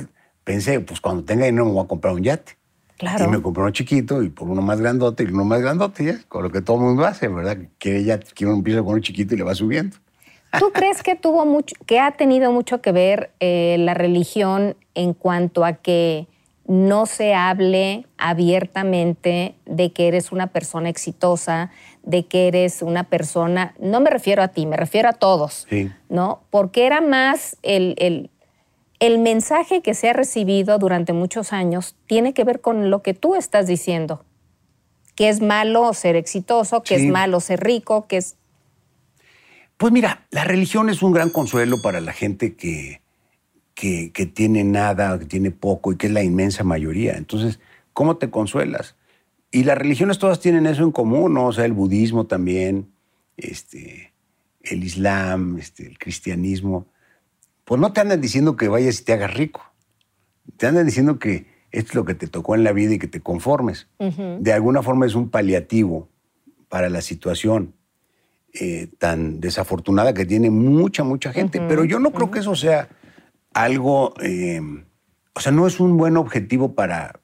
pensé, pues cuando tenga dinero me voy a comprar un yate. Claro. Y me compré uno chiquito y por uno más grandote y uno más grandote, ya, con lo que todo el mundo hace, ¿verdad? Que ya que uno empieza con uno chiquito y le va subiendo. ¿Tú crees que tuvo mucho, que ha tenido mucho que ver eh, la religión en cuanto a que no se hable abiertamente de que eres una persona exitosa, de que eres una persona, no me refiero a ti, me refiero a todos, Sí. ¿no? Porque era más el, el, el mensaje que se ha recibido durante muchos años tiene que ver con lo que tú estás diciendo, que es malo ser exitoso, que Sí. es malo ser rico, que es... Pues mira, la religión es un gran consuelo para la gente que, que, que tiene nada, que tiene poco y que es la inmensa mayoría. Entonces, ¿cómo te consuelas? Y las religiones todas tienen eso en común, ¿no? O sea, el budismo también, este, el islam, este, el cristianismo. Pues no te andan diciendo que vayas y te hagas rico. Te andan diciendo que esto es lo que te tocó en la vida y que te conformes. Uh-huh. De alguna forma es un paliativo para la situación eh, tan desafortunada que tiene mucha, mucha gente. Uh-huh. Pero yo no creo uh-huh. que eso sea algo... Eh, o sea, no es un buen objetivo para,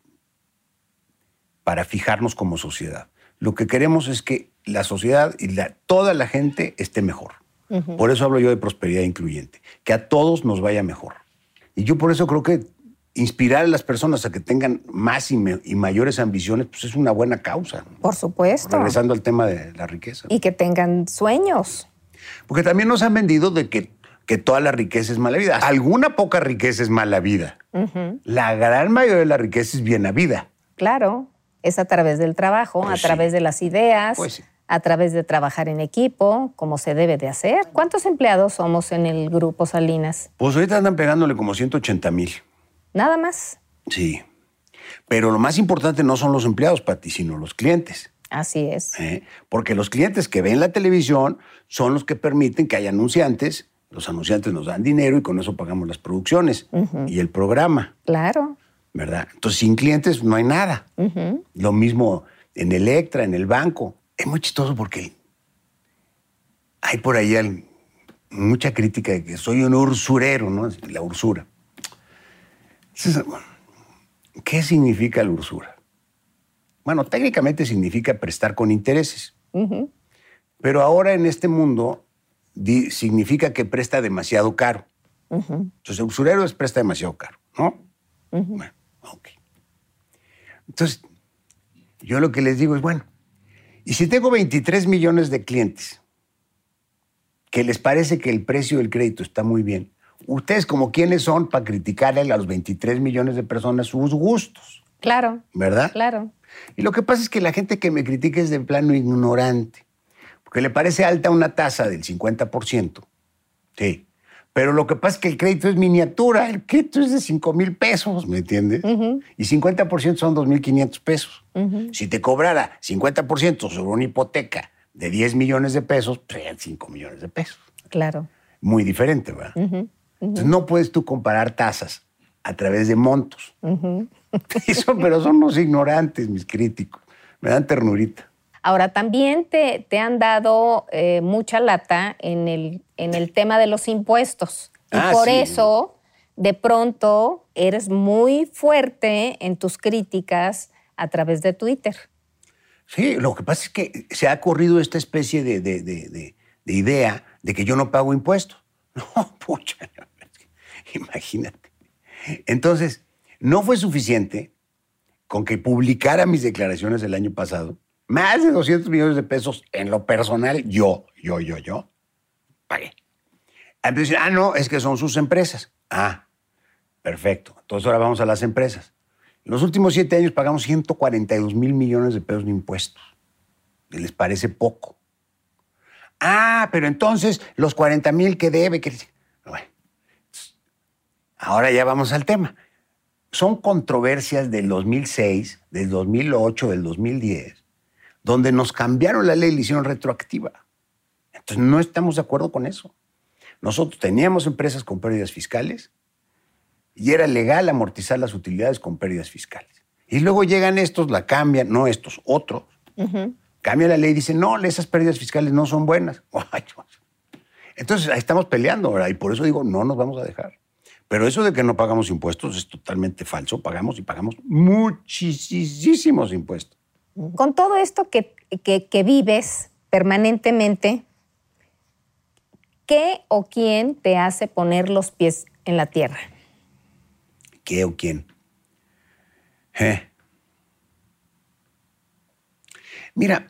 para fijarnos como sociedad. Lo que queremos es que la sociedad y la, toda la gente esté mejor. Uh-huh. Por eso hablo yo de prosperidad incluyente. Que a todos nos vaya mejor. Y yo por eso creo que inspirar a las personas a que tengan más y, me, y mayores ambiciones, pues es una buena causa. Por supuesto. Regresando al tema de la riqueza. Y que tengan sueños. Porque también nos han vendido de que, que toda la riqueza es mala vida. Alguna poca riqueza es mala vida. Uh-huh. La gran mayoría de la riqueza es bien habida. Claro. Es a través del trabajo, pues a sí. través de las ideas, pues sí. a través de trabajar en equipo, como se debe de hacer. ¿Cuántos empleados somos en el Grupo Salinas? Pues ahorita andan pegándole como ciento ochenta mil. ¿Nada más? Sí. Pero lo más importante no son los empleados, Pati, sino los clientes. Así es. ¿Eh? Porque los clientes que ven la televisión son los que permiten que haya anunciantes. Los anunciantes nos dan dinero y con eso pagamos las producciones uh-huh. y el programa. Claro. ¿Verdad? Entonces, sin clientes no hay nada. Uh-huh. Lo mismo en Electra, en el banco. Es muy chistoso porque hay por ahí el, mucha crítica de que soy un usurero, ¿no? La usura. Entonces, ¿qué significa la usura? Bueno, técnicamente significa prestar con intereses. Uh-huh. Pero ahora en este mundo di, significa que presta demasiado caro. Uh-huh. Entonces, el usurero es presta demasiado caro, ¿no? Uh-huh. Bueno, ok. Entonces, yo lo que les digo es, bueno, y si tengo veintitrés millones de clientes que les parece que el precio del crédito está muy bien, ustedes como quiénes son para criticarle a los veintitrés millones de personas sus gustos. Claro. ¿Verdad? Claro. Y lo que pasa es que la gente que me critica es de plano ignorante, porque le parece alta una tasa del cincuenta por ciento. Sí. Pero lo que pasa es que el crédito es miniatura, el crédito es de cinco mil pesos, ¿me entiendes? Uh-huh. Y cincuenta por ciento son dos mil quinientos pesos. Uh-huh. Si te cobrara cincuenta por ciento sobre una hipoteca de diez millones de pesos, pues serían cinco millones de pesos. Claro. Muy diferente, ¿verdad? Uh-huh. Uh-huh. Entonces no puedes tú comparar tasas a través de montos. Uh-huh. Eso, pero son los ignorantes, mis críticos. Me dan ternurita. Ahora, también te, te han dado eh, mucha lata en el, en el tema de los impuestos. Y ah, por sí. eso, de pronto, eres muy fuerte en tus críticas a través de Twitter. Sí, lo que pasa es que se ha corrido esta especie de, de, de, de, de idea de que yo no pago impuestos. No, pucha, imagínate. Entonces, no fue suficiente con que publicara mis declaraciones del año pasado. Más de doscientos millones de pesos en lo personal, yo, yo, yo, yo, pagué. Entonces, ah, no, es que son sus empresas. Ah, perfecto. Entonces ahora vamos a las empresas. En los últimos siete años pagamos ciento cuarenta y dos mil millones de pesos de impuestos. ¿Les parece poco? Ah, pero entonces los cuarenta mil que debe... Que... Bueno, ahora ya vamos al tema. Son controversias del dos mil seis, del dos mil ocho, del dos mil diez, donde nos cambiaron la ley y la hicieron retroactiva. Entonces no estamos de acuerdo con eso. Nosotros teníamos empresas con pérdidas fiscales y era legal amortizar las utilidades con pérdidas fiscales. Y luego llegan estos, la cambian, no estos, otros. Uh-huh. Cambian la ley y dicen, no, esas pérdidas fiscales no son buenas. Entonces ahí estamos peleando, ¿verdad? Y por eso digo, no nos vamos a dejar. Pero eso de que no pagamos impuestos es totalmente falso. Pagamos y pagamos muchísimos impuestos. Con todo esto que, que, que vives permanentemente, ¿qué o quién te hace poner los pies en la tierra? ¿Qué o quién? ¿Eh? Mira,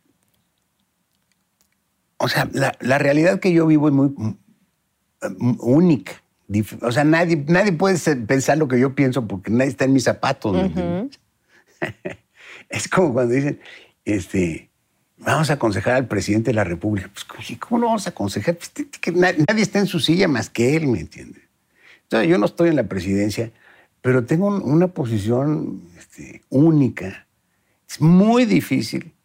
o sea, la, la realidad que yo vivo es muy, muy única. O sea, nadie, nadie puede pensar lo que yo pienso porque nadie está en mis zapatos. Uh-huh. Es como cuando dicen, este, vamos a aconsejar al presidente de la República. Pues, ¿cómo no vamos a aconsejar? Pues, que nadie está en su silla más que él, ¿me entiendes? Entonces, yo no estoy en la presidencia, pero tengo una posición este, única. Es muy difícil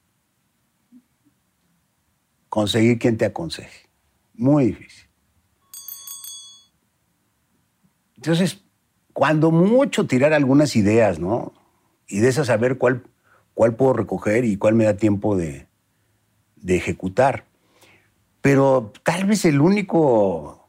conseguir quien te aconseje. Muy difícil. Entonces, cuando mucho tirar algunas ideas, ¿no? Y de esas saber cuál, cuál puedo recoger y cuál me da tiempo de, de ejecutar. Pero tal vez el único...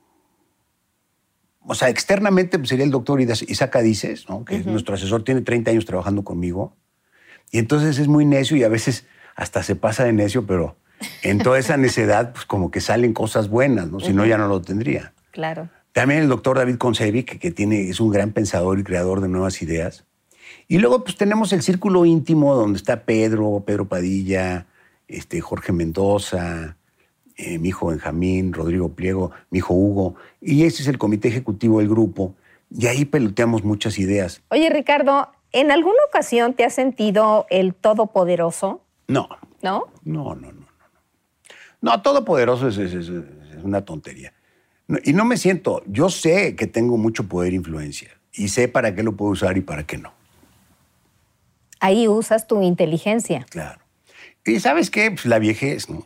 O sea, externamente pues, sería el doctor Isaac Adices, ¿no? Que uh-huh. es nuestro asesor, tiene treinta años trabajando conmigo. Y entonces es muy necio y a veces hasta se pasa de necio, pero en toda esa necedad, pues como que salen cosas buenas, ¿no? Si uh-huh. no, ya no lo tendría. Claro. También el doctor David Koncevic, que tiene, es un gran pensador y creador de nuevas ideas. Y luego pues tenemos el círculo íntimo donde está Pedro, Pedro Padilla, este, Jorge Mendoza, eh, mi hijo Benjamín, Rodrigo Pliego, mi hijo Hugo. Y ese es el comité ejecutivo del grupo. Y ahí peloteamos muchas ideas. Oye, Ricardo, ¿en alguna ocasión te has sentido el todopoderoso? No. ¿No? No, no, no. No, no todopoderoso es, es, es, es una tontería. No, y no me siento, yo sé que tengo mucho poder e influencia y sé para qué lo puedo usar y para qué no. Ahí usas tu inteligencia. Claro. Y ¿sabes qué? Pues la viejez, ¿no?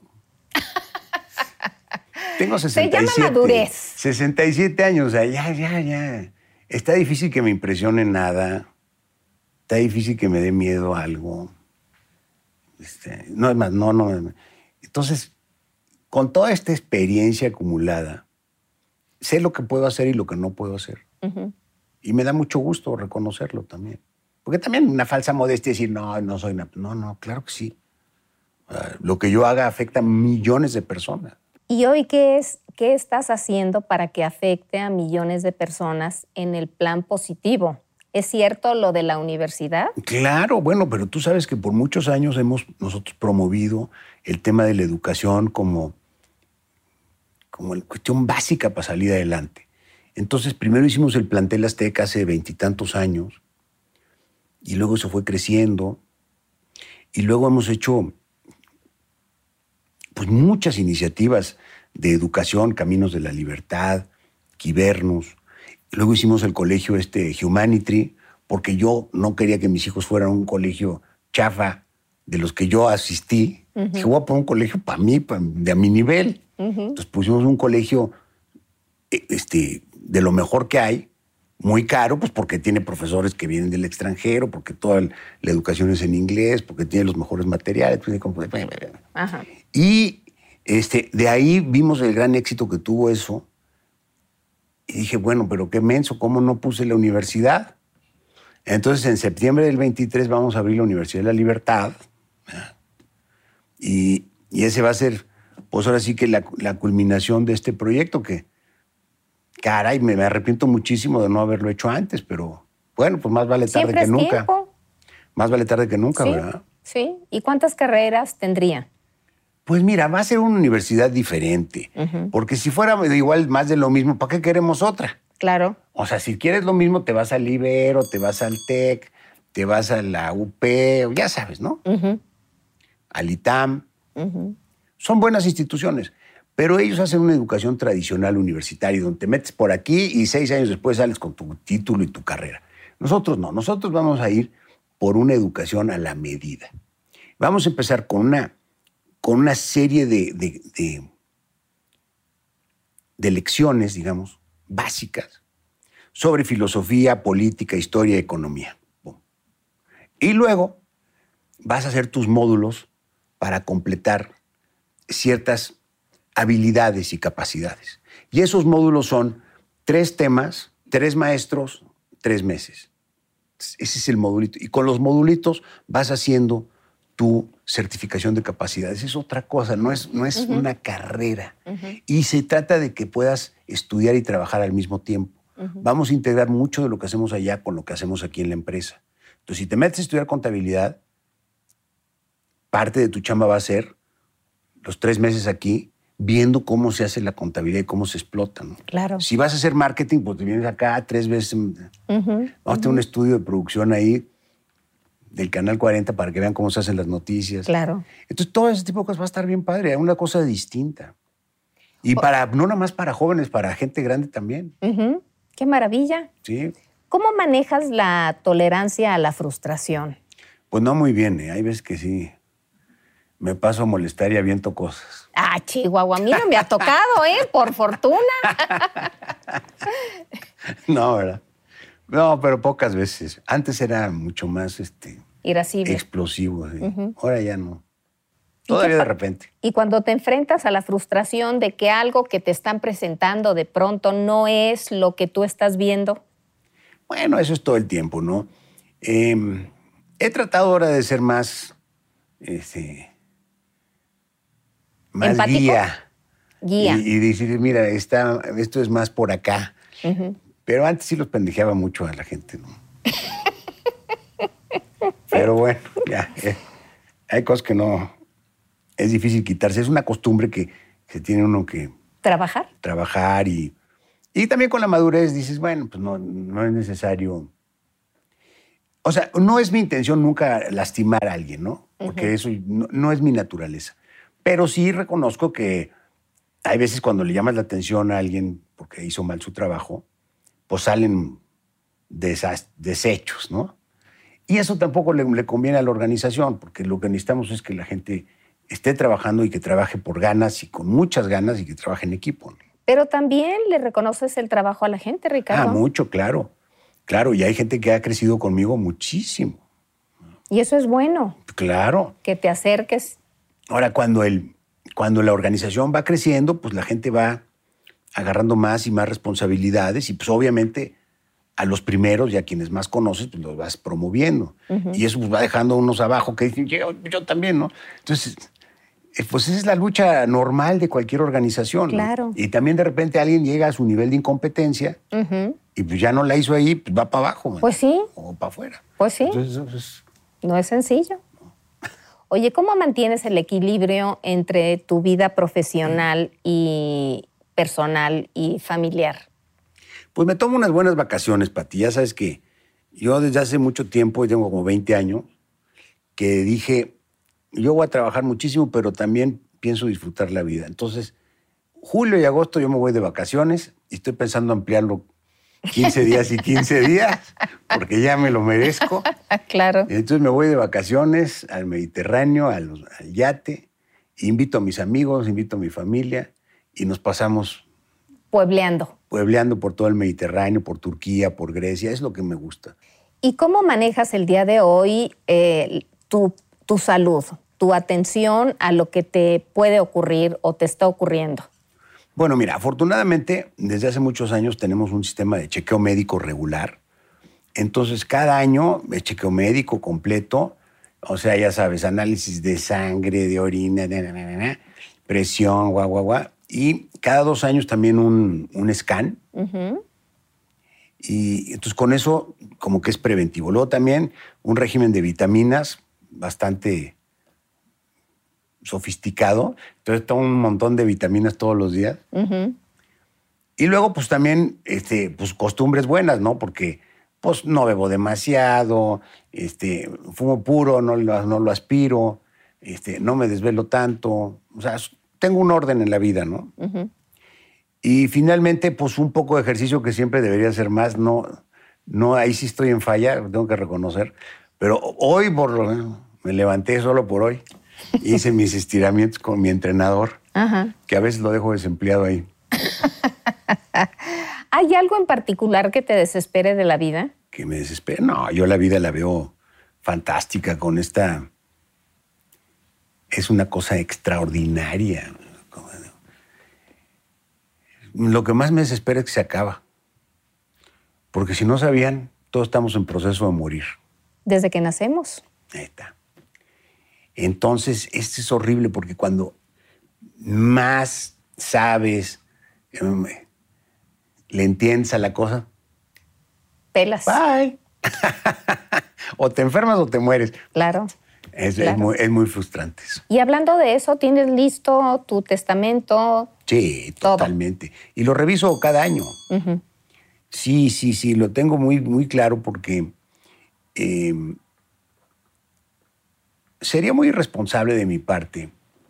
Tengo sesenta y siete. Se llama madurez. sesenta y siete años, o sea, ya, ya, ya. Está difícil que me impresione nada. Está difícil que me dé miedo a algo. Este, no, es más, no, no. Entonces, con toda esta experiencia acumulada, sé lo que puedo hacer y lo que no puedo hacer. Uh-huh. Y me da mucho gusto reconocerlo también. Porque también una falsa modestia decir, no, no soy una... No, no, claro que sí. Uh, lo que yo haga afecta a millones de personas. ¿Y hoy qué es, qué estás haciendo para que afecte a millones de personas en el plan positivo? ¿Es cierto lo de la universidad? Claro, bueno, pero tú sabes que por muchos años hemos nosotros promovido el tema de la educación como... como la cuestión básica para salir adelante. Entonces, primero hicimos el plantel Azteca hace veintitantos años, y luego eso fue creciendo, y luego hemos hecho pues, muchas iniciativas de educación, Caminos de la Libertad, Quibernus. Luego hicimos el colegio este Humanity, porque yo no quería que mis hijos fueran a un colegio chafa de los que yo asistí. Uh-huh. Dije, voy a poner un colegio para mí, pa, de a mi nivel. Uh-huh. Entonces pusimos un colegio este, de lo mejor que hay, muy caro, pues porque tiene profesores que vienen del extranjero, porque toda la educación es en inglés, porque tiene los mejores materiales. Pues, Ajá. Y este, de ahí vimos el gran éxito que tuvo eso. Y dije, bueno, pero qué menso, ¿cómo no puse la universidad? Entonces, en septiembre del veintitrés vamos a abrir la Universidad de la Libertad. Y, y ese va a ser, pues ahora sí que la, la culminación de este proyecto que, caray, me, me arrepiento muchísimo de no haberlo hecho antes, pero bueno, pues más vale tarde Siempre que es nunca. Tiempo. Más vale tarde que nunca, sí, ¿verdad? Sí. ¿Y cuántas carreras tendría? Pues mira, va a ser una universidad diferente. Uh-huh. Porque si fuera igual más de lo mismo, ¿para qué queremos otra? Claro. O sea, si quieres lo mismo, te vas al Ibero, te vas al TEC, te vas a la U P, ya sabes, ¿no? Uh-huh. Al ITAM. Uh-huh. Son buenas instituciones, pero ellos hacen una educación tradicional universitaria donde te metes por aquí y seis años después sales con tu título y tu carrera. Nosotros no. Nosotros vamos a ir por una educación a la medida. Vamos a empezar con una... con una serie de, de, de, de lecciones, digamos, básicas, sobre filosofía, política, historia y economía. Y luego vas a hacer tus módulos para completar ciertas habilidades y capacidades. Y esos módulos son tres temas, tres maestros, tres meses. Ese es el modulito. Y con los modulitos vas haciendo tu certificación de capacidades. Es otra cosa, no es, no es uh-huh. una carrera. Uh-huh. Y se trata de que puedas estudiar y trabajar al mismo tiempo. Uh-huh. Vamos a integrar mucho de lo que hacemos allá con lo que hacemos aquí en la empresa. Entonces, si te metes a estudiar contabilidad, parte de tu chamba va a ser los tres meses aquí viendo cómo se hace la contabilidad y cómo se explota, ¿no? Claro. Si vas a hacer marketing, pues te vienes acá tres veces. Uh-huh. Vamos uh-huh. a tener un estudio de producción ahí del Canal cuarenta para que vean cómo se hacen las noticias. Claro. Entonces, todo ese tipo de cosas va a estar bien padre. Es una cosa distinta. Y para, no nada más para jóvenes, para gente grande también. Uh-huh. ¡Qué maravilla! Sí. ¿Cómo manejas la tolerancia a la frustración? Pues no muy bien, ¿eh? Hay veces que sí me paso a molestar y aviento cosas. Ah, Chihuahua, a mí no me ha tocado, ¿eh? Por fortuna. No, ¿verdad? No, pero pocas veces. Antes era mucho más este, irascible, explosivo. ¿Sí? Uh-huh. Ahora ya no. Todavía de repente. Y cuando te enfrentas a la frustración de que algo que te están presentando de pronto no es lo que tú estás viendo. Bueno, eso es todo el tiempo, ¿no? Eh, he tratado ahora de ser más, este, más ¿empático? guía. Guía. Y, y decir, mira, está, esto es más por acá. Uh-huh. Pero antes sí los pendejeaba mucho a la gente, ¿no? Pero bueno, ya. Eh, hay cosas que no... Es difícil quitarse. Es una costumbre que, que tiene uno que... ¿Trabajar? Trabajar y... Y también con la madurez dices, bueno, pues no, no es necesario... O sea, no es mi intención nunca lastimar a alguien, ¿no? Porque uh-huh. eso no, no es mi naturaleza. Pero sí reconozco que hay veces cuando le llamas la atención a alguien porque hizo mal su trabajo, pues salen desas- desechos, ¿no? Y eso tampoco le, le conviene a la organización, porque lo que necesitamos es que la gente esté trabajando y que trabaje por ganas y con muchas ganas y que trabaje en equipo, ¿no? Pero también le reconoces el trabajo a la gente, Ricardo. Ah, mucho, claro. Claro, y hay gente que ha crecido conmigo muchísimo. Y eso es bueno. Claro. Que te acerques. Ahora, cuando, el, cuando la organización va creciendo, pues la gente va agarrando más y más responsabilidades y pues obviamente a los primeros y a quienes más conoces, pues los vas promoviendo. Uh-huh. Y eso pues, va dejando unos abajo que dicen, yo, yo también, ¿no? Entonces, pues esa es la lucha normal de cualquier organización. Claro. ¿No? Y también de repente alguien llega a su nivel de incompetencia uh-huh. y pues ya no la hizo ahí, pues va para abajo. Pues sí. O para afuera. Pues sí. Entonces, pues, no es sencillo. No. Oye, ¿cómo mantienes el equilibrio entre tu vida profesional y personal y familiar? Pues me tomo unas buenas vacaciones, Pati. Ya sabes que yo desde hace mucho tiempo, y tengo como veinte años, que dije, yo voy a trabajar muchísimo, pero también pienso disfrutar la vida. Entonces, julio y agosto yo me voy de vacaciones y estoy pensando ampliarlo quince días y quince días, porque ya me lo merezco. Claro. Entonces me voy de vacaciones al Mediterráneo, al, al yate, invito a mis amigos, invito a mi familia y nos pasamos... Puebleando. Puebleando por todo el Mediterráneo, por Turquía, por Grecia, es lo que me gusta. ¿Y cómo manejas el día de hoy eh, tu, tu salud, tu atención a lo que te puede ocurrir o te está ocurriendo? Bueno, mira, afortunadamente desde hace muchos años tenemos un sistema de chequeo médico regular. Entonces, cada año el chequeo médico completo, o sea, ya sabes, análisis de sangre, de orina, de, de, de, de, presión, guau, guau, guau. Y cada dos años también un, un scan. Uh-huh. Y entonces con eso como que es preventivo. Luego también un régimen de vitaminas bastante sofisticado. Entonces tomo un montón de vitaminas todos los días. Uh-huh. Y luego pues también este, pues, costumbres buenas, ¿no? Porque pues no bebo demasiado, este, fumo puro, no lo, no lo aspiro, este, no me desvelo tanto. O sea, tengo un orden en la vida, ¿no? Uh-huh. Y finalmente, pues un poco de ejercicio que siempre debería ser más. No, no, ahí sí estoy en falla, tengo que reconocer. Pero hoy por lo, me levanté solo por hoy. Hice mis estiramientos con mi entrenador, uh-huh. que a veces lo dejo desempleado ahí. ¿Hay algo en particular que te desespere de la vida? Que me desespere. No, yo la vida la veo fantástica con esta... Es una cosa extraordinaria. Lo que más me desespera es que se acaba. Porque si no sabían, todos estamos en proceso de morir. Desde que nacemos. Neta. Entonces, esto es horrible porque cuando más sabes, um, le entiendes a la cosa, pelas. Bye. O te enfermas o te mueres. Claro. Es, claro. es, muy, es muy frustrante eso. Y hablando de eso, ¿tienes listo tu testamento? Sí, todo. Totalmente. Y lo reviso cada año. Uh-huh. Sí, sí, sí, lo tengo muy, muy claro porque eh, sería muy irresponsable de mi parte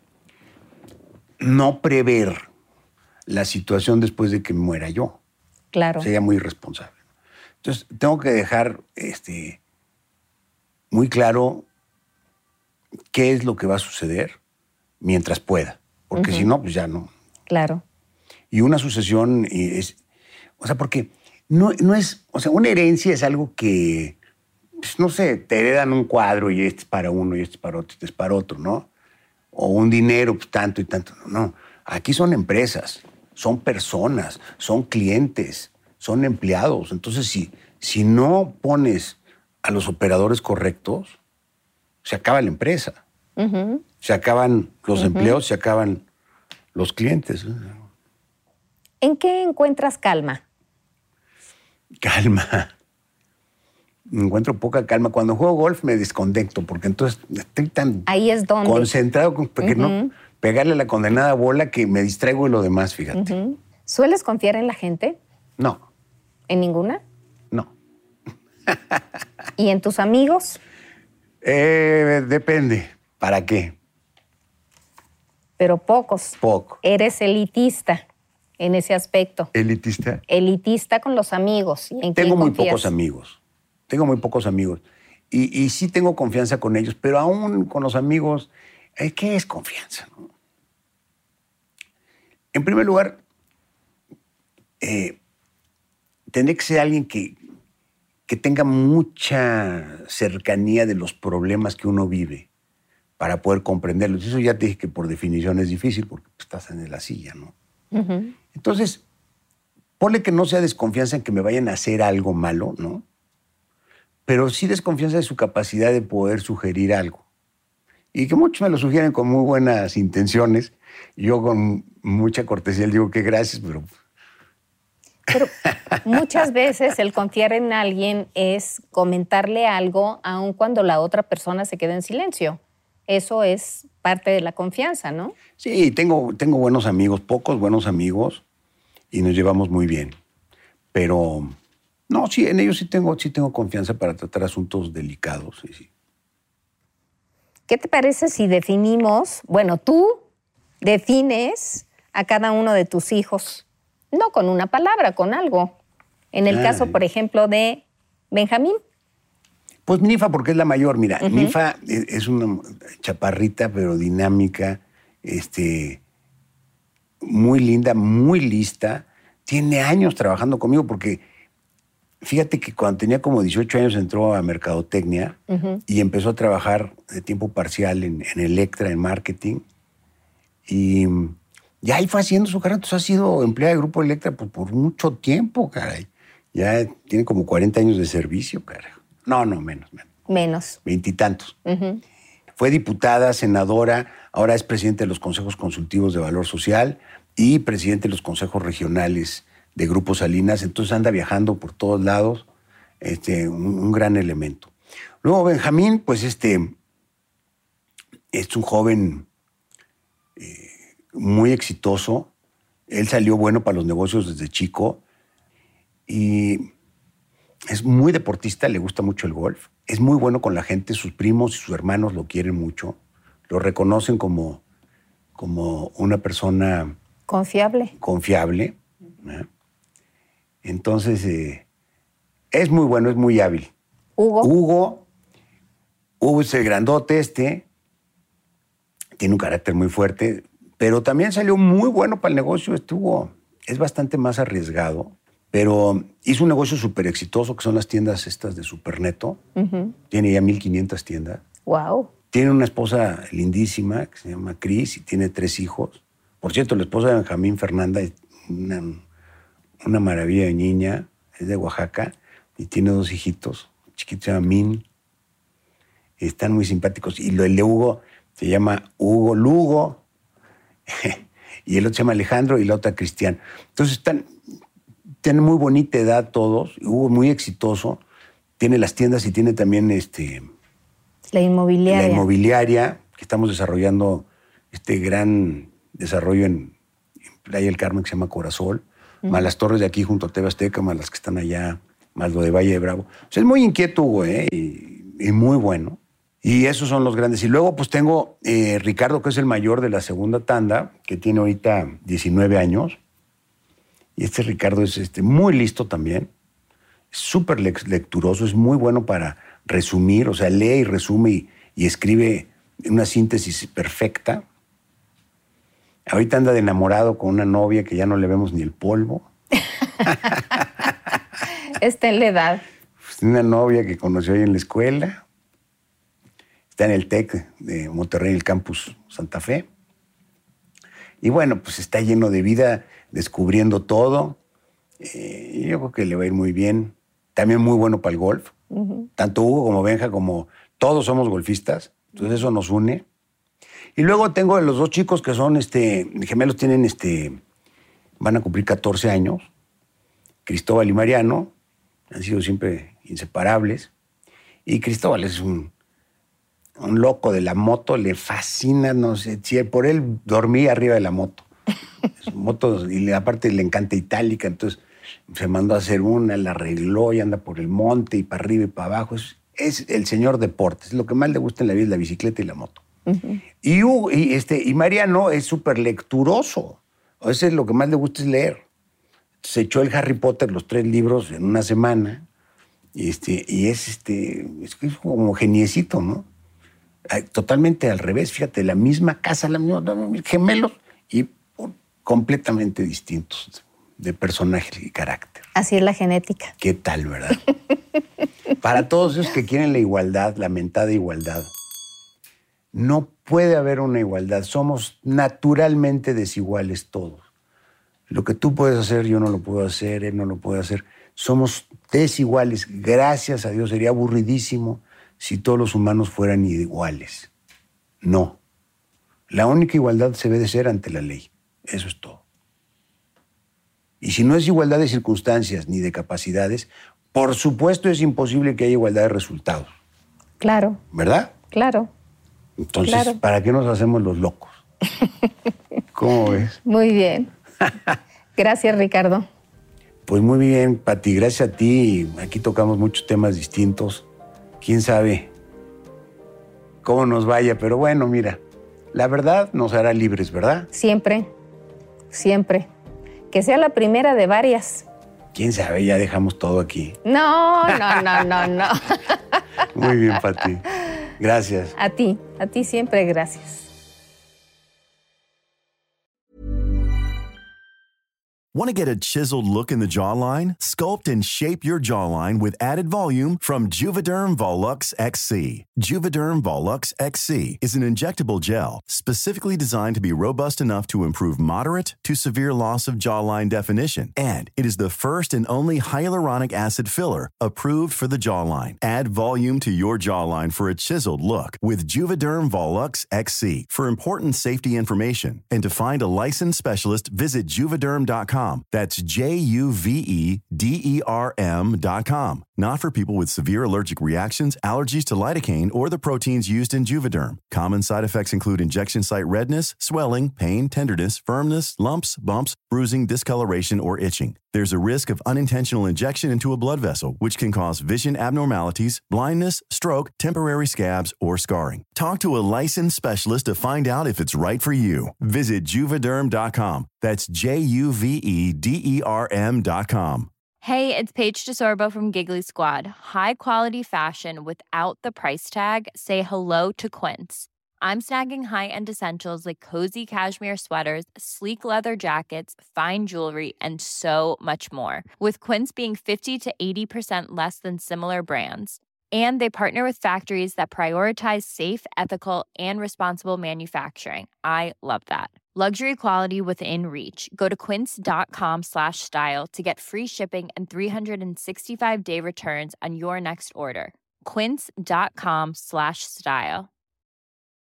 no prever la situación después de que muera yo. Claro. Sería muy irresponsable. Entonces, tengo que dejar este, muy claro qué es lo que va a suceder mientras pueda. Porque uh-huh. si no, pues ya no. Claro. Y una sucesión es... O sea, porque no, no es... O sea, una herencia es algo que, pues, no sé, te heredan un cuadro y este es para uno y este es para otro y este es para otro, ¿no? O un dinero, pues tanto y tanto. No, aquí son empresas, son personas, son clientes, son empleados. Entonces, si, si no pones a los operadores correctos, se acaba la empresa. Uh-huh. Se acaban los uh-huh. empleos, se acaban los clientes. ¿En qué encuentras calma? Calma. Encuentro poca calma. Cuando juego golf me desconecto porque entonces estoy tan Ahí es donde. concentrado porque uh-huh. no pegarle a la condenada bola que me distraigo de lo demás, fíjate. Uh-huh. ¿Sueles confiar en la gente? No. ¿En ninguna? No. ¿Y en tus amigos? Eh, depende. ¿Para qué? Pero pocos. Poco. Eres elitista en ese aspecto. ¿Elitista? Elitista con los amigos. ¿En tengo muy confías? pocos amigos. Tengo muy pocos amigos. Y, y sí tengo confianza con ellos, pero aún con los amigos, ¿qué es confianza? ¿No? En primer lugar, eh, tendría que ser alguien que, que tenga mucha cercanía de los problemas que uno vive para poder comprenderlos. Eso ya te dije que por definición es difícil porque estás en la silla, ¿no? Uh-huh. Entonces, ponle que no sea desconfianza en que me vayan a hacer algo malo, ¿no? Pero sí desconfianza de su capacidad de poder sugerir algo. Y que muchos me lo sugieren con muy buenas intenciones. Yo con mucha cortesía les digo que gracias, pero... Pero muchas veces el confiar en alguien es comentarle algo aun cuando la otra persona se queda en silencio. Eso es parte de la confianza, ¿no? Sí, tengo, tengo buenos amigos, pocos buenos amigos, y nos llevamos muy bien. Pero, no, sí, en ellos sí tengo, sí tengo confianza para tratar asuntos delicados. Sí, sí. ¿Qué te parece si definimos, bueno, tú defines a cada uno de tus hijos, no con una palabra, con algo? En el Ay. caso, por ejemplo, de Benjamín. Pues Nifa, porque es la mayor. Mira, uh-huh. Nifa es una chaparrita, pero dinámica, este, muy linda, muy lista. Tiene años trabajando conmigo porque, fíjate que cuando tenía como dieciocho años entró a Mercadotecnia uh-huh. y empezó a trabajar de tiempo parcial en, en Electra, en marketing. Y ya ahí fue haciendo su carrera. Entonces ha sido empleada de Grupo Electra por, por mucho tiempo, caray. Ya tiene como cuarenta años de servicio, caray. No, no, menos, menos. Menos. Veintitantos. Uh-huh. Fue diputada, senadora, ahora es presidente de los consejos consultivos de Valor Social y presidente de los consejos regionales de Grupo Salinas. Entonces anda viajando por todos lados, este, un, un gran elemento. Luego Benjamín, pues este, es un joven eh, muy exitoso. Él salió bueno para los negocios desde chico y... es muy deportista, le gusta mucho el golf. Es muy bueno con la gente, sus primos y sus hermanos lo quieren mucho. Lo reconocen como, como una persona... Confiable. Confiable. ¿eh? Entonces, eh, es muy bueno, es muy hábil. Hugo. Hugo. Hugo es el grandote este. Tiene un carácter muy fuerte, pero también salió muy bueno para el negocio. Estuvo... Es bastante más arriesgado. Pero hizo un negocio súper exitoso, que son las tiendas estas de Superneto. Uh-huh. Tiene ya mil quinientas tiendas. Wow. Tiene una esposa lindísima, que se llama Cris, y tiene tres hijos. Por cierto, la esposa de Benjamín, Fernanda, es una, una maravilla de niña. es de Oaxaca y tiene dos hijitos. El chiquito se llama Min. Están muy simpáticos. Y el de Hugo se llama Hugo Lugo. Y el otro se llama Alejandro y la otra Cristian. Entonces están, tienen muy bonita edad todos. Hugo muy exitoso. Tiene las tiendas y tiene también este, la inmobiliaria. La inmobiliaria, que estamos desarrollando este gran desarrollo en, en Playa del Carmen que se llama Corazol. Uh-huh. Más las torres de aquí junto a T V Azteca, más las que están allá, más lo de Valle de Bravo. O sea, es muy inquieto, Hugo, ¿eh? y, y muy bueno. Y esos son los grandes. Y luego pues tengo eh, Ricardo, que es el mayor de la segunda tanda, que tiene ahorita diecinueve años. Y este Ricardo es este, muy listo también. Es súper lecturoso, es muy bueno para resumir. O sea, lee y resume y, y escribe una síntesis perfecta. Ahorita anda de enamorado con una novia que ya no le vemos ni el polvo. Está en la edad. Pues, una novia que conoció ahí en la escuela. Está en el TEC de Monterrey, el campus Santa Fe. Y bueno, pues está lleno de vida, descubriendo todo. Eh, yo creo que le va a ir muy bien. También muy bueno para el golf. Uh-huh. Tanto Hugo como Benja, como todos somos golfistas. Entonces eso nos une. Y luego tengo los dos chicos que son este, gemelos, tienen este, van a cumplir catorce años. Cristóbal y Mariano han sido siempre inseparables. Y Cristóbal es un... un loco de la moto, le fascina, no sé, si por él dormí arriba de la moto. Motos, y aparte le encanta itálica, entonces se mandó a hacer una, la arregló y anda por el monte y para arriba y para abajo. Es, es el señor deportes, lo que más le gusta en la vida es la bicicleta y la moto. Uh-huh. Y, Hugo, y, este, y Mariano es súper lecturoso, eso es lo que más le gusta es leer. Se echó el Harry Potter, los tres libros en una semana, y, este, y es, este, es como geniecito, ¿no? Totalmente al revés, fíjate, la misma casa, la misma, gemelos y completamente distintos de personaje y carácter. Así es la genética. ¿Qué tal, verdad? Para todos esos que quieren la igualdad, la mentada igualdad, no puede haber una igualdad. Somos naturalmente desiguales todos. Lo que tú puedes hacer, yo no lo puedo hacer, él no lo puede hacer. Somos desiguales. Gracias a Dios, sería aburridísimo si todos los humanos fueran iguales. No. La única igualdad se debe de ser ante la ley. Eso es todo. Y si no es igualdad de circunstancias ni de capacidades, por supuesto es imposible que haya igualdad de resultados. Claro. ¿Verdad? Claro. Entonces, claro. ¿para qué nos hacemos los locos? ¿Cómo ves? Muy bien. Gracias, Ricardo. Pues muy bien, Pati. Gracias a ti. Aquí tocamos muchos temas distintos. Quién sabe cómo nos vaya, pero bueno, mira, la verdad nos hará libres, ¿verdad? Siempre, siempre. Que sea la primera de varias. Quién sabe, ya dejamos todo aquí. No, no, no, no, no. Muy bien, Pati. Gracias. A ti, a ti siempre gracias. Want to get a chiseled look in the jawline? Sculpt and shape your jawline with added volume from Juvederm Volux X C. Juvederm Volux X C is an injectable gel specifically designed to be robust enough to improve moderate to severe loss of jawline definition. And it is the first and only hyaluronic acid filler approved for the jawline. Add volume to your jawline for a chiseled look with Juvederm Volux X C. For important safety information and to find a licensed specialist, visit juvederm dot com. That's J U V E D E R M dot com. Not for people with severe allergic reactions, allergies to lidocaine, or the proteins used in Juvederm. Common side effects include injection site redness, swelling, pain, tenderness, firmness, lumps, bumps, bruising, discoloration, or itching. There's a risk of unintentional injection into a blood vessel, which can cause vision abnormalities, blindness, stroke, temporary scabs, or scarring. Talk to a licensed specialist to find out if it's right for you. Visit Juvederm dot com. That's J U V E D E R M dot com. Hey, it's Paige DeSorbo from Giggly Squad. High quality fashion without the price tag. Say hello to Quince. I'm snagging high-end essentials like cozy cashmere sweaters, sleek leather jackets, fine jewelry, and so much more. With Quince being fifty to eighty percent less than similar brands. And they partner with factories that prioritize safe, ethical, and responsible manufacturing. I love that. Luxury quality within reach. Go to quince.com slash style to get free shipping and three sixty-five day returns on your next order. Quince.com slash style.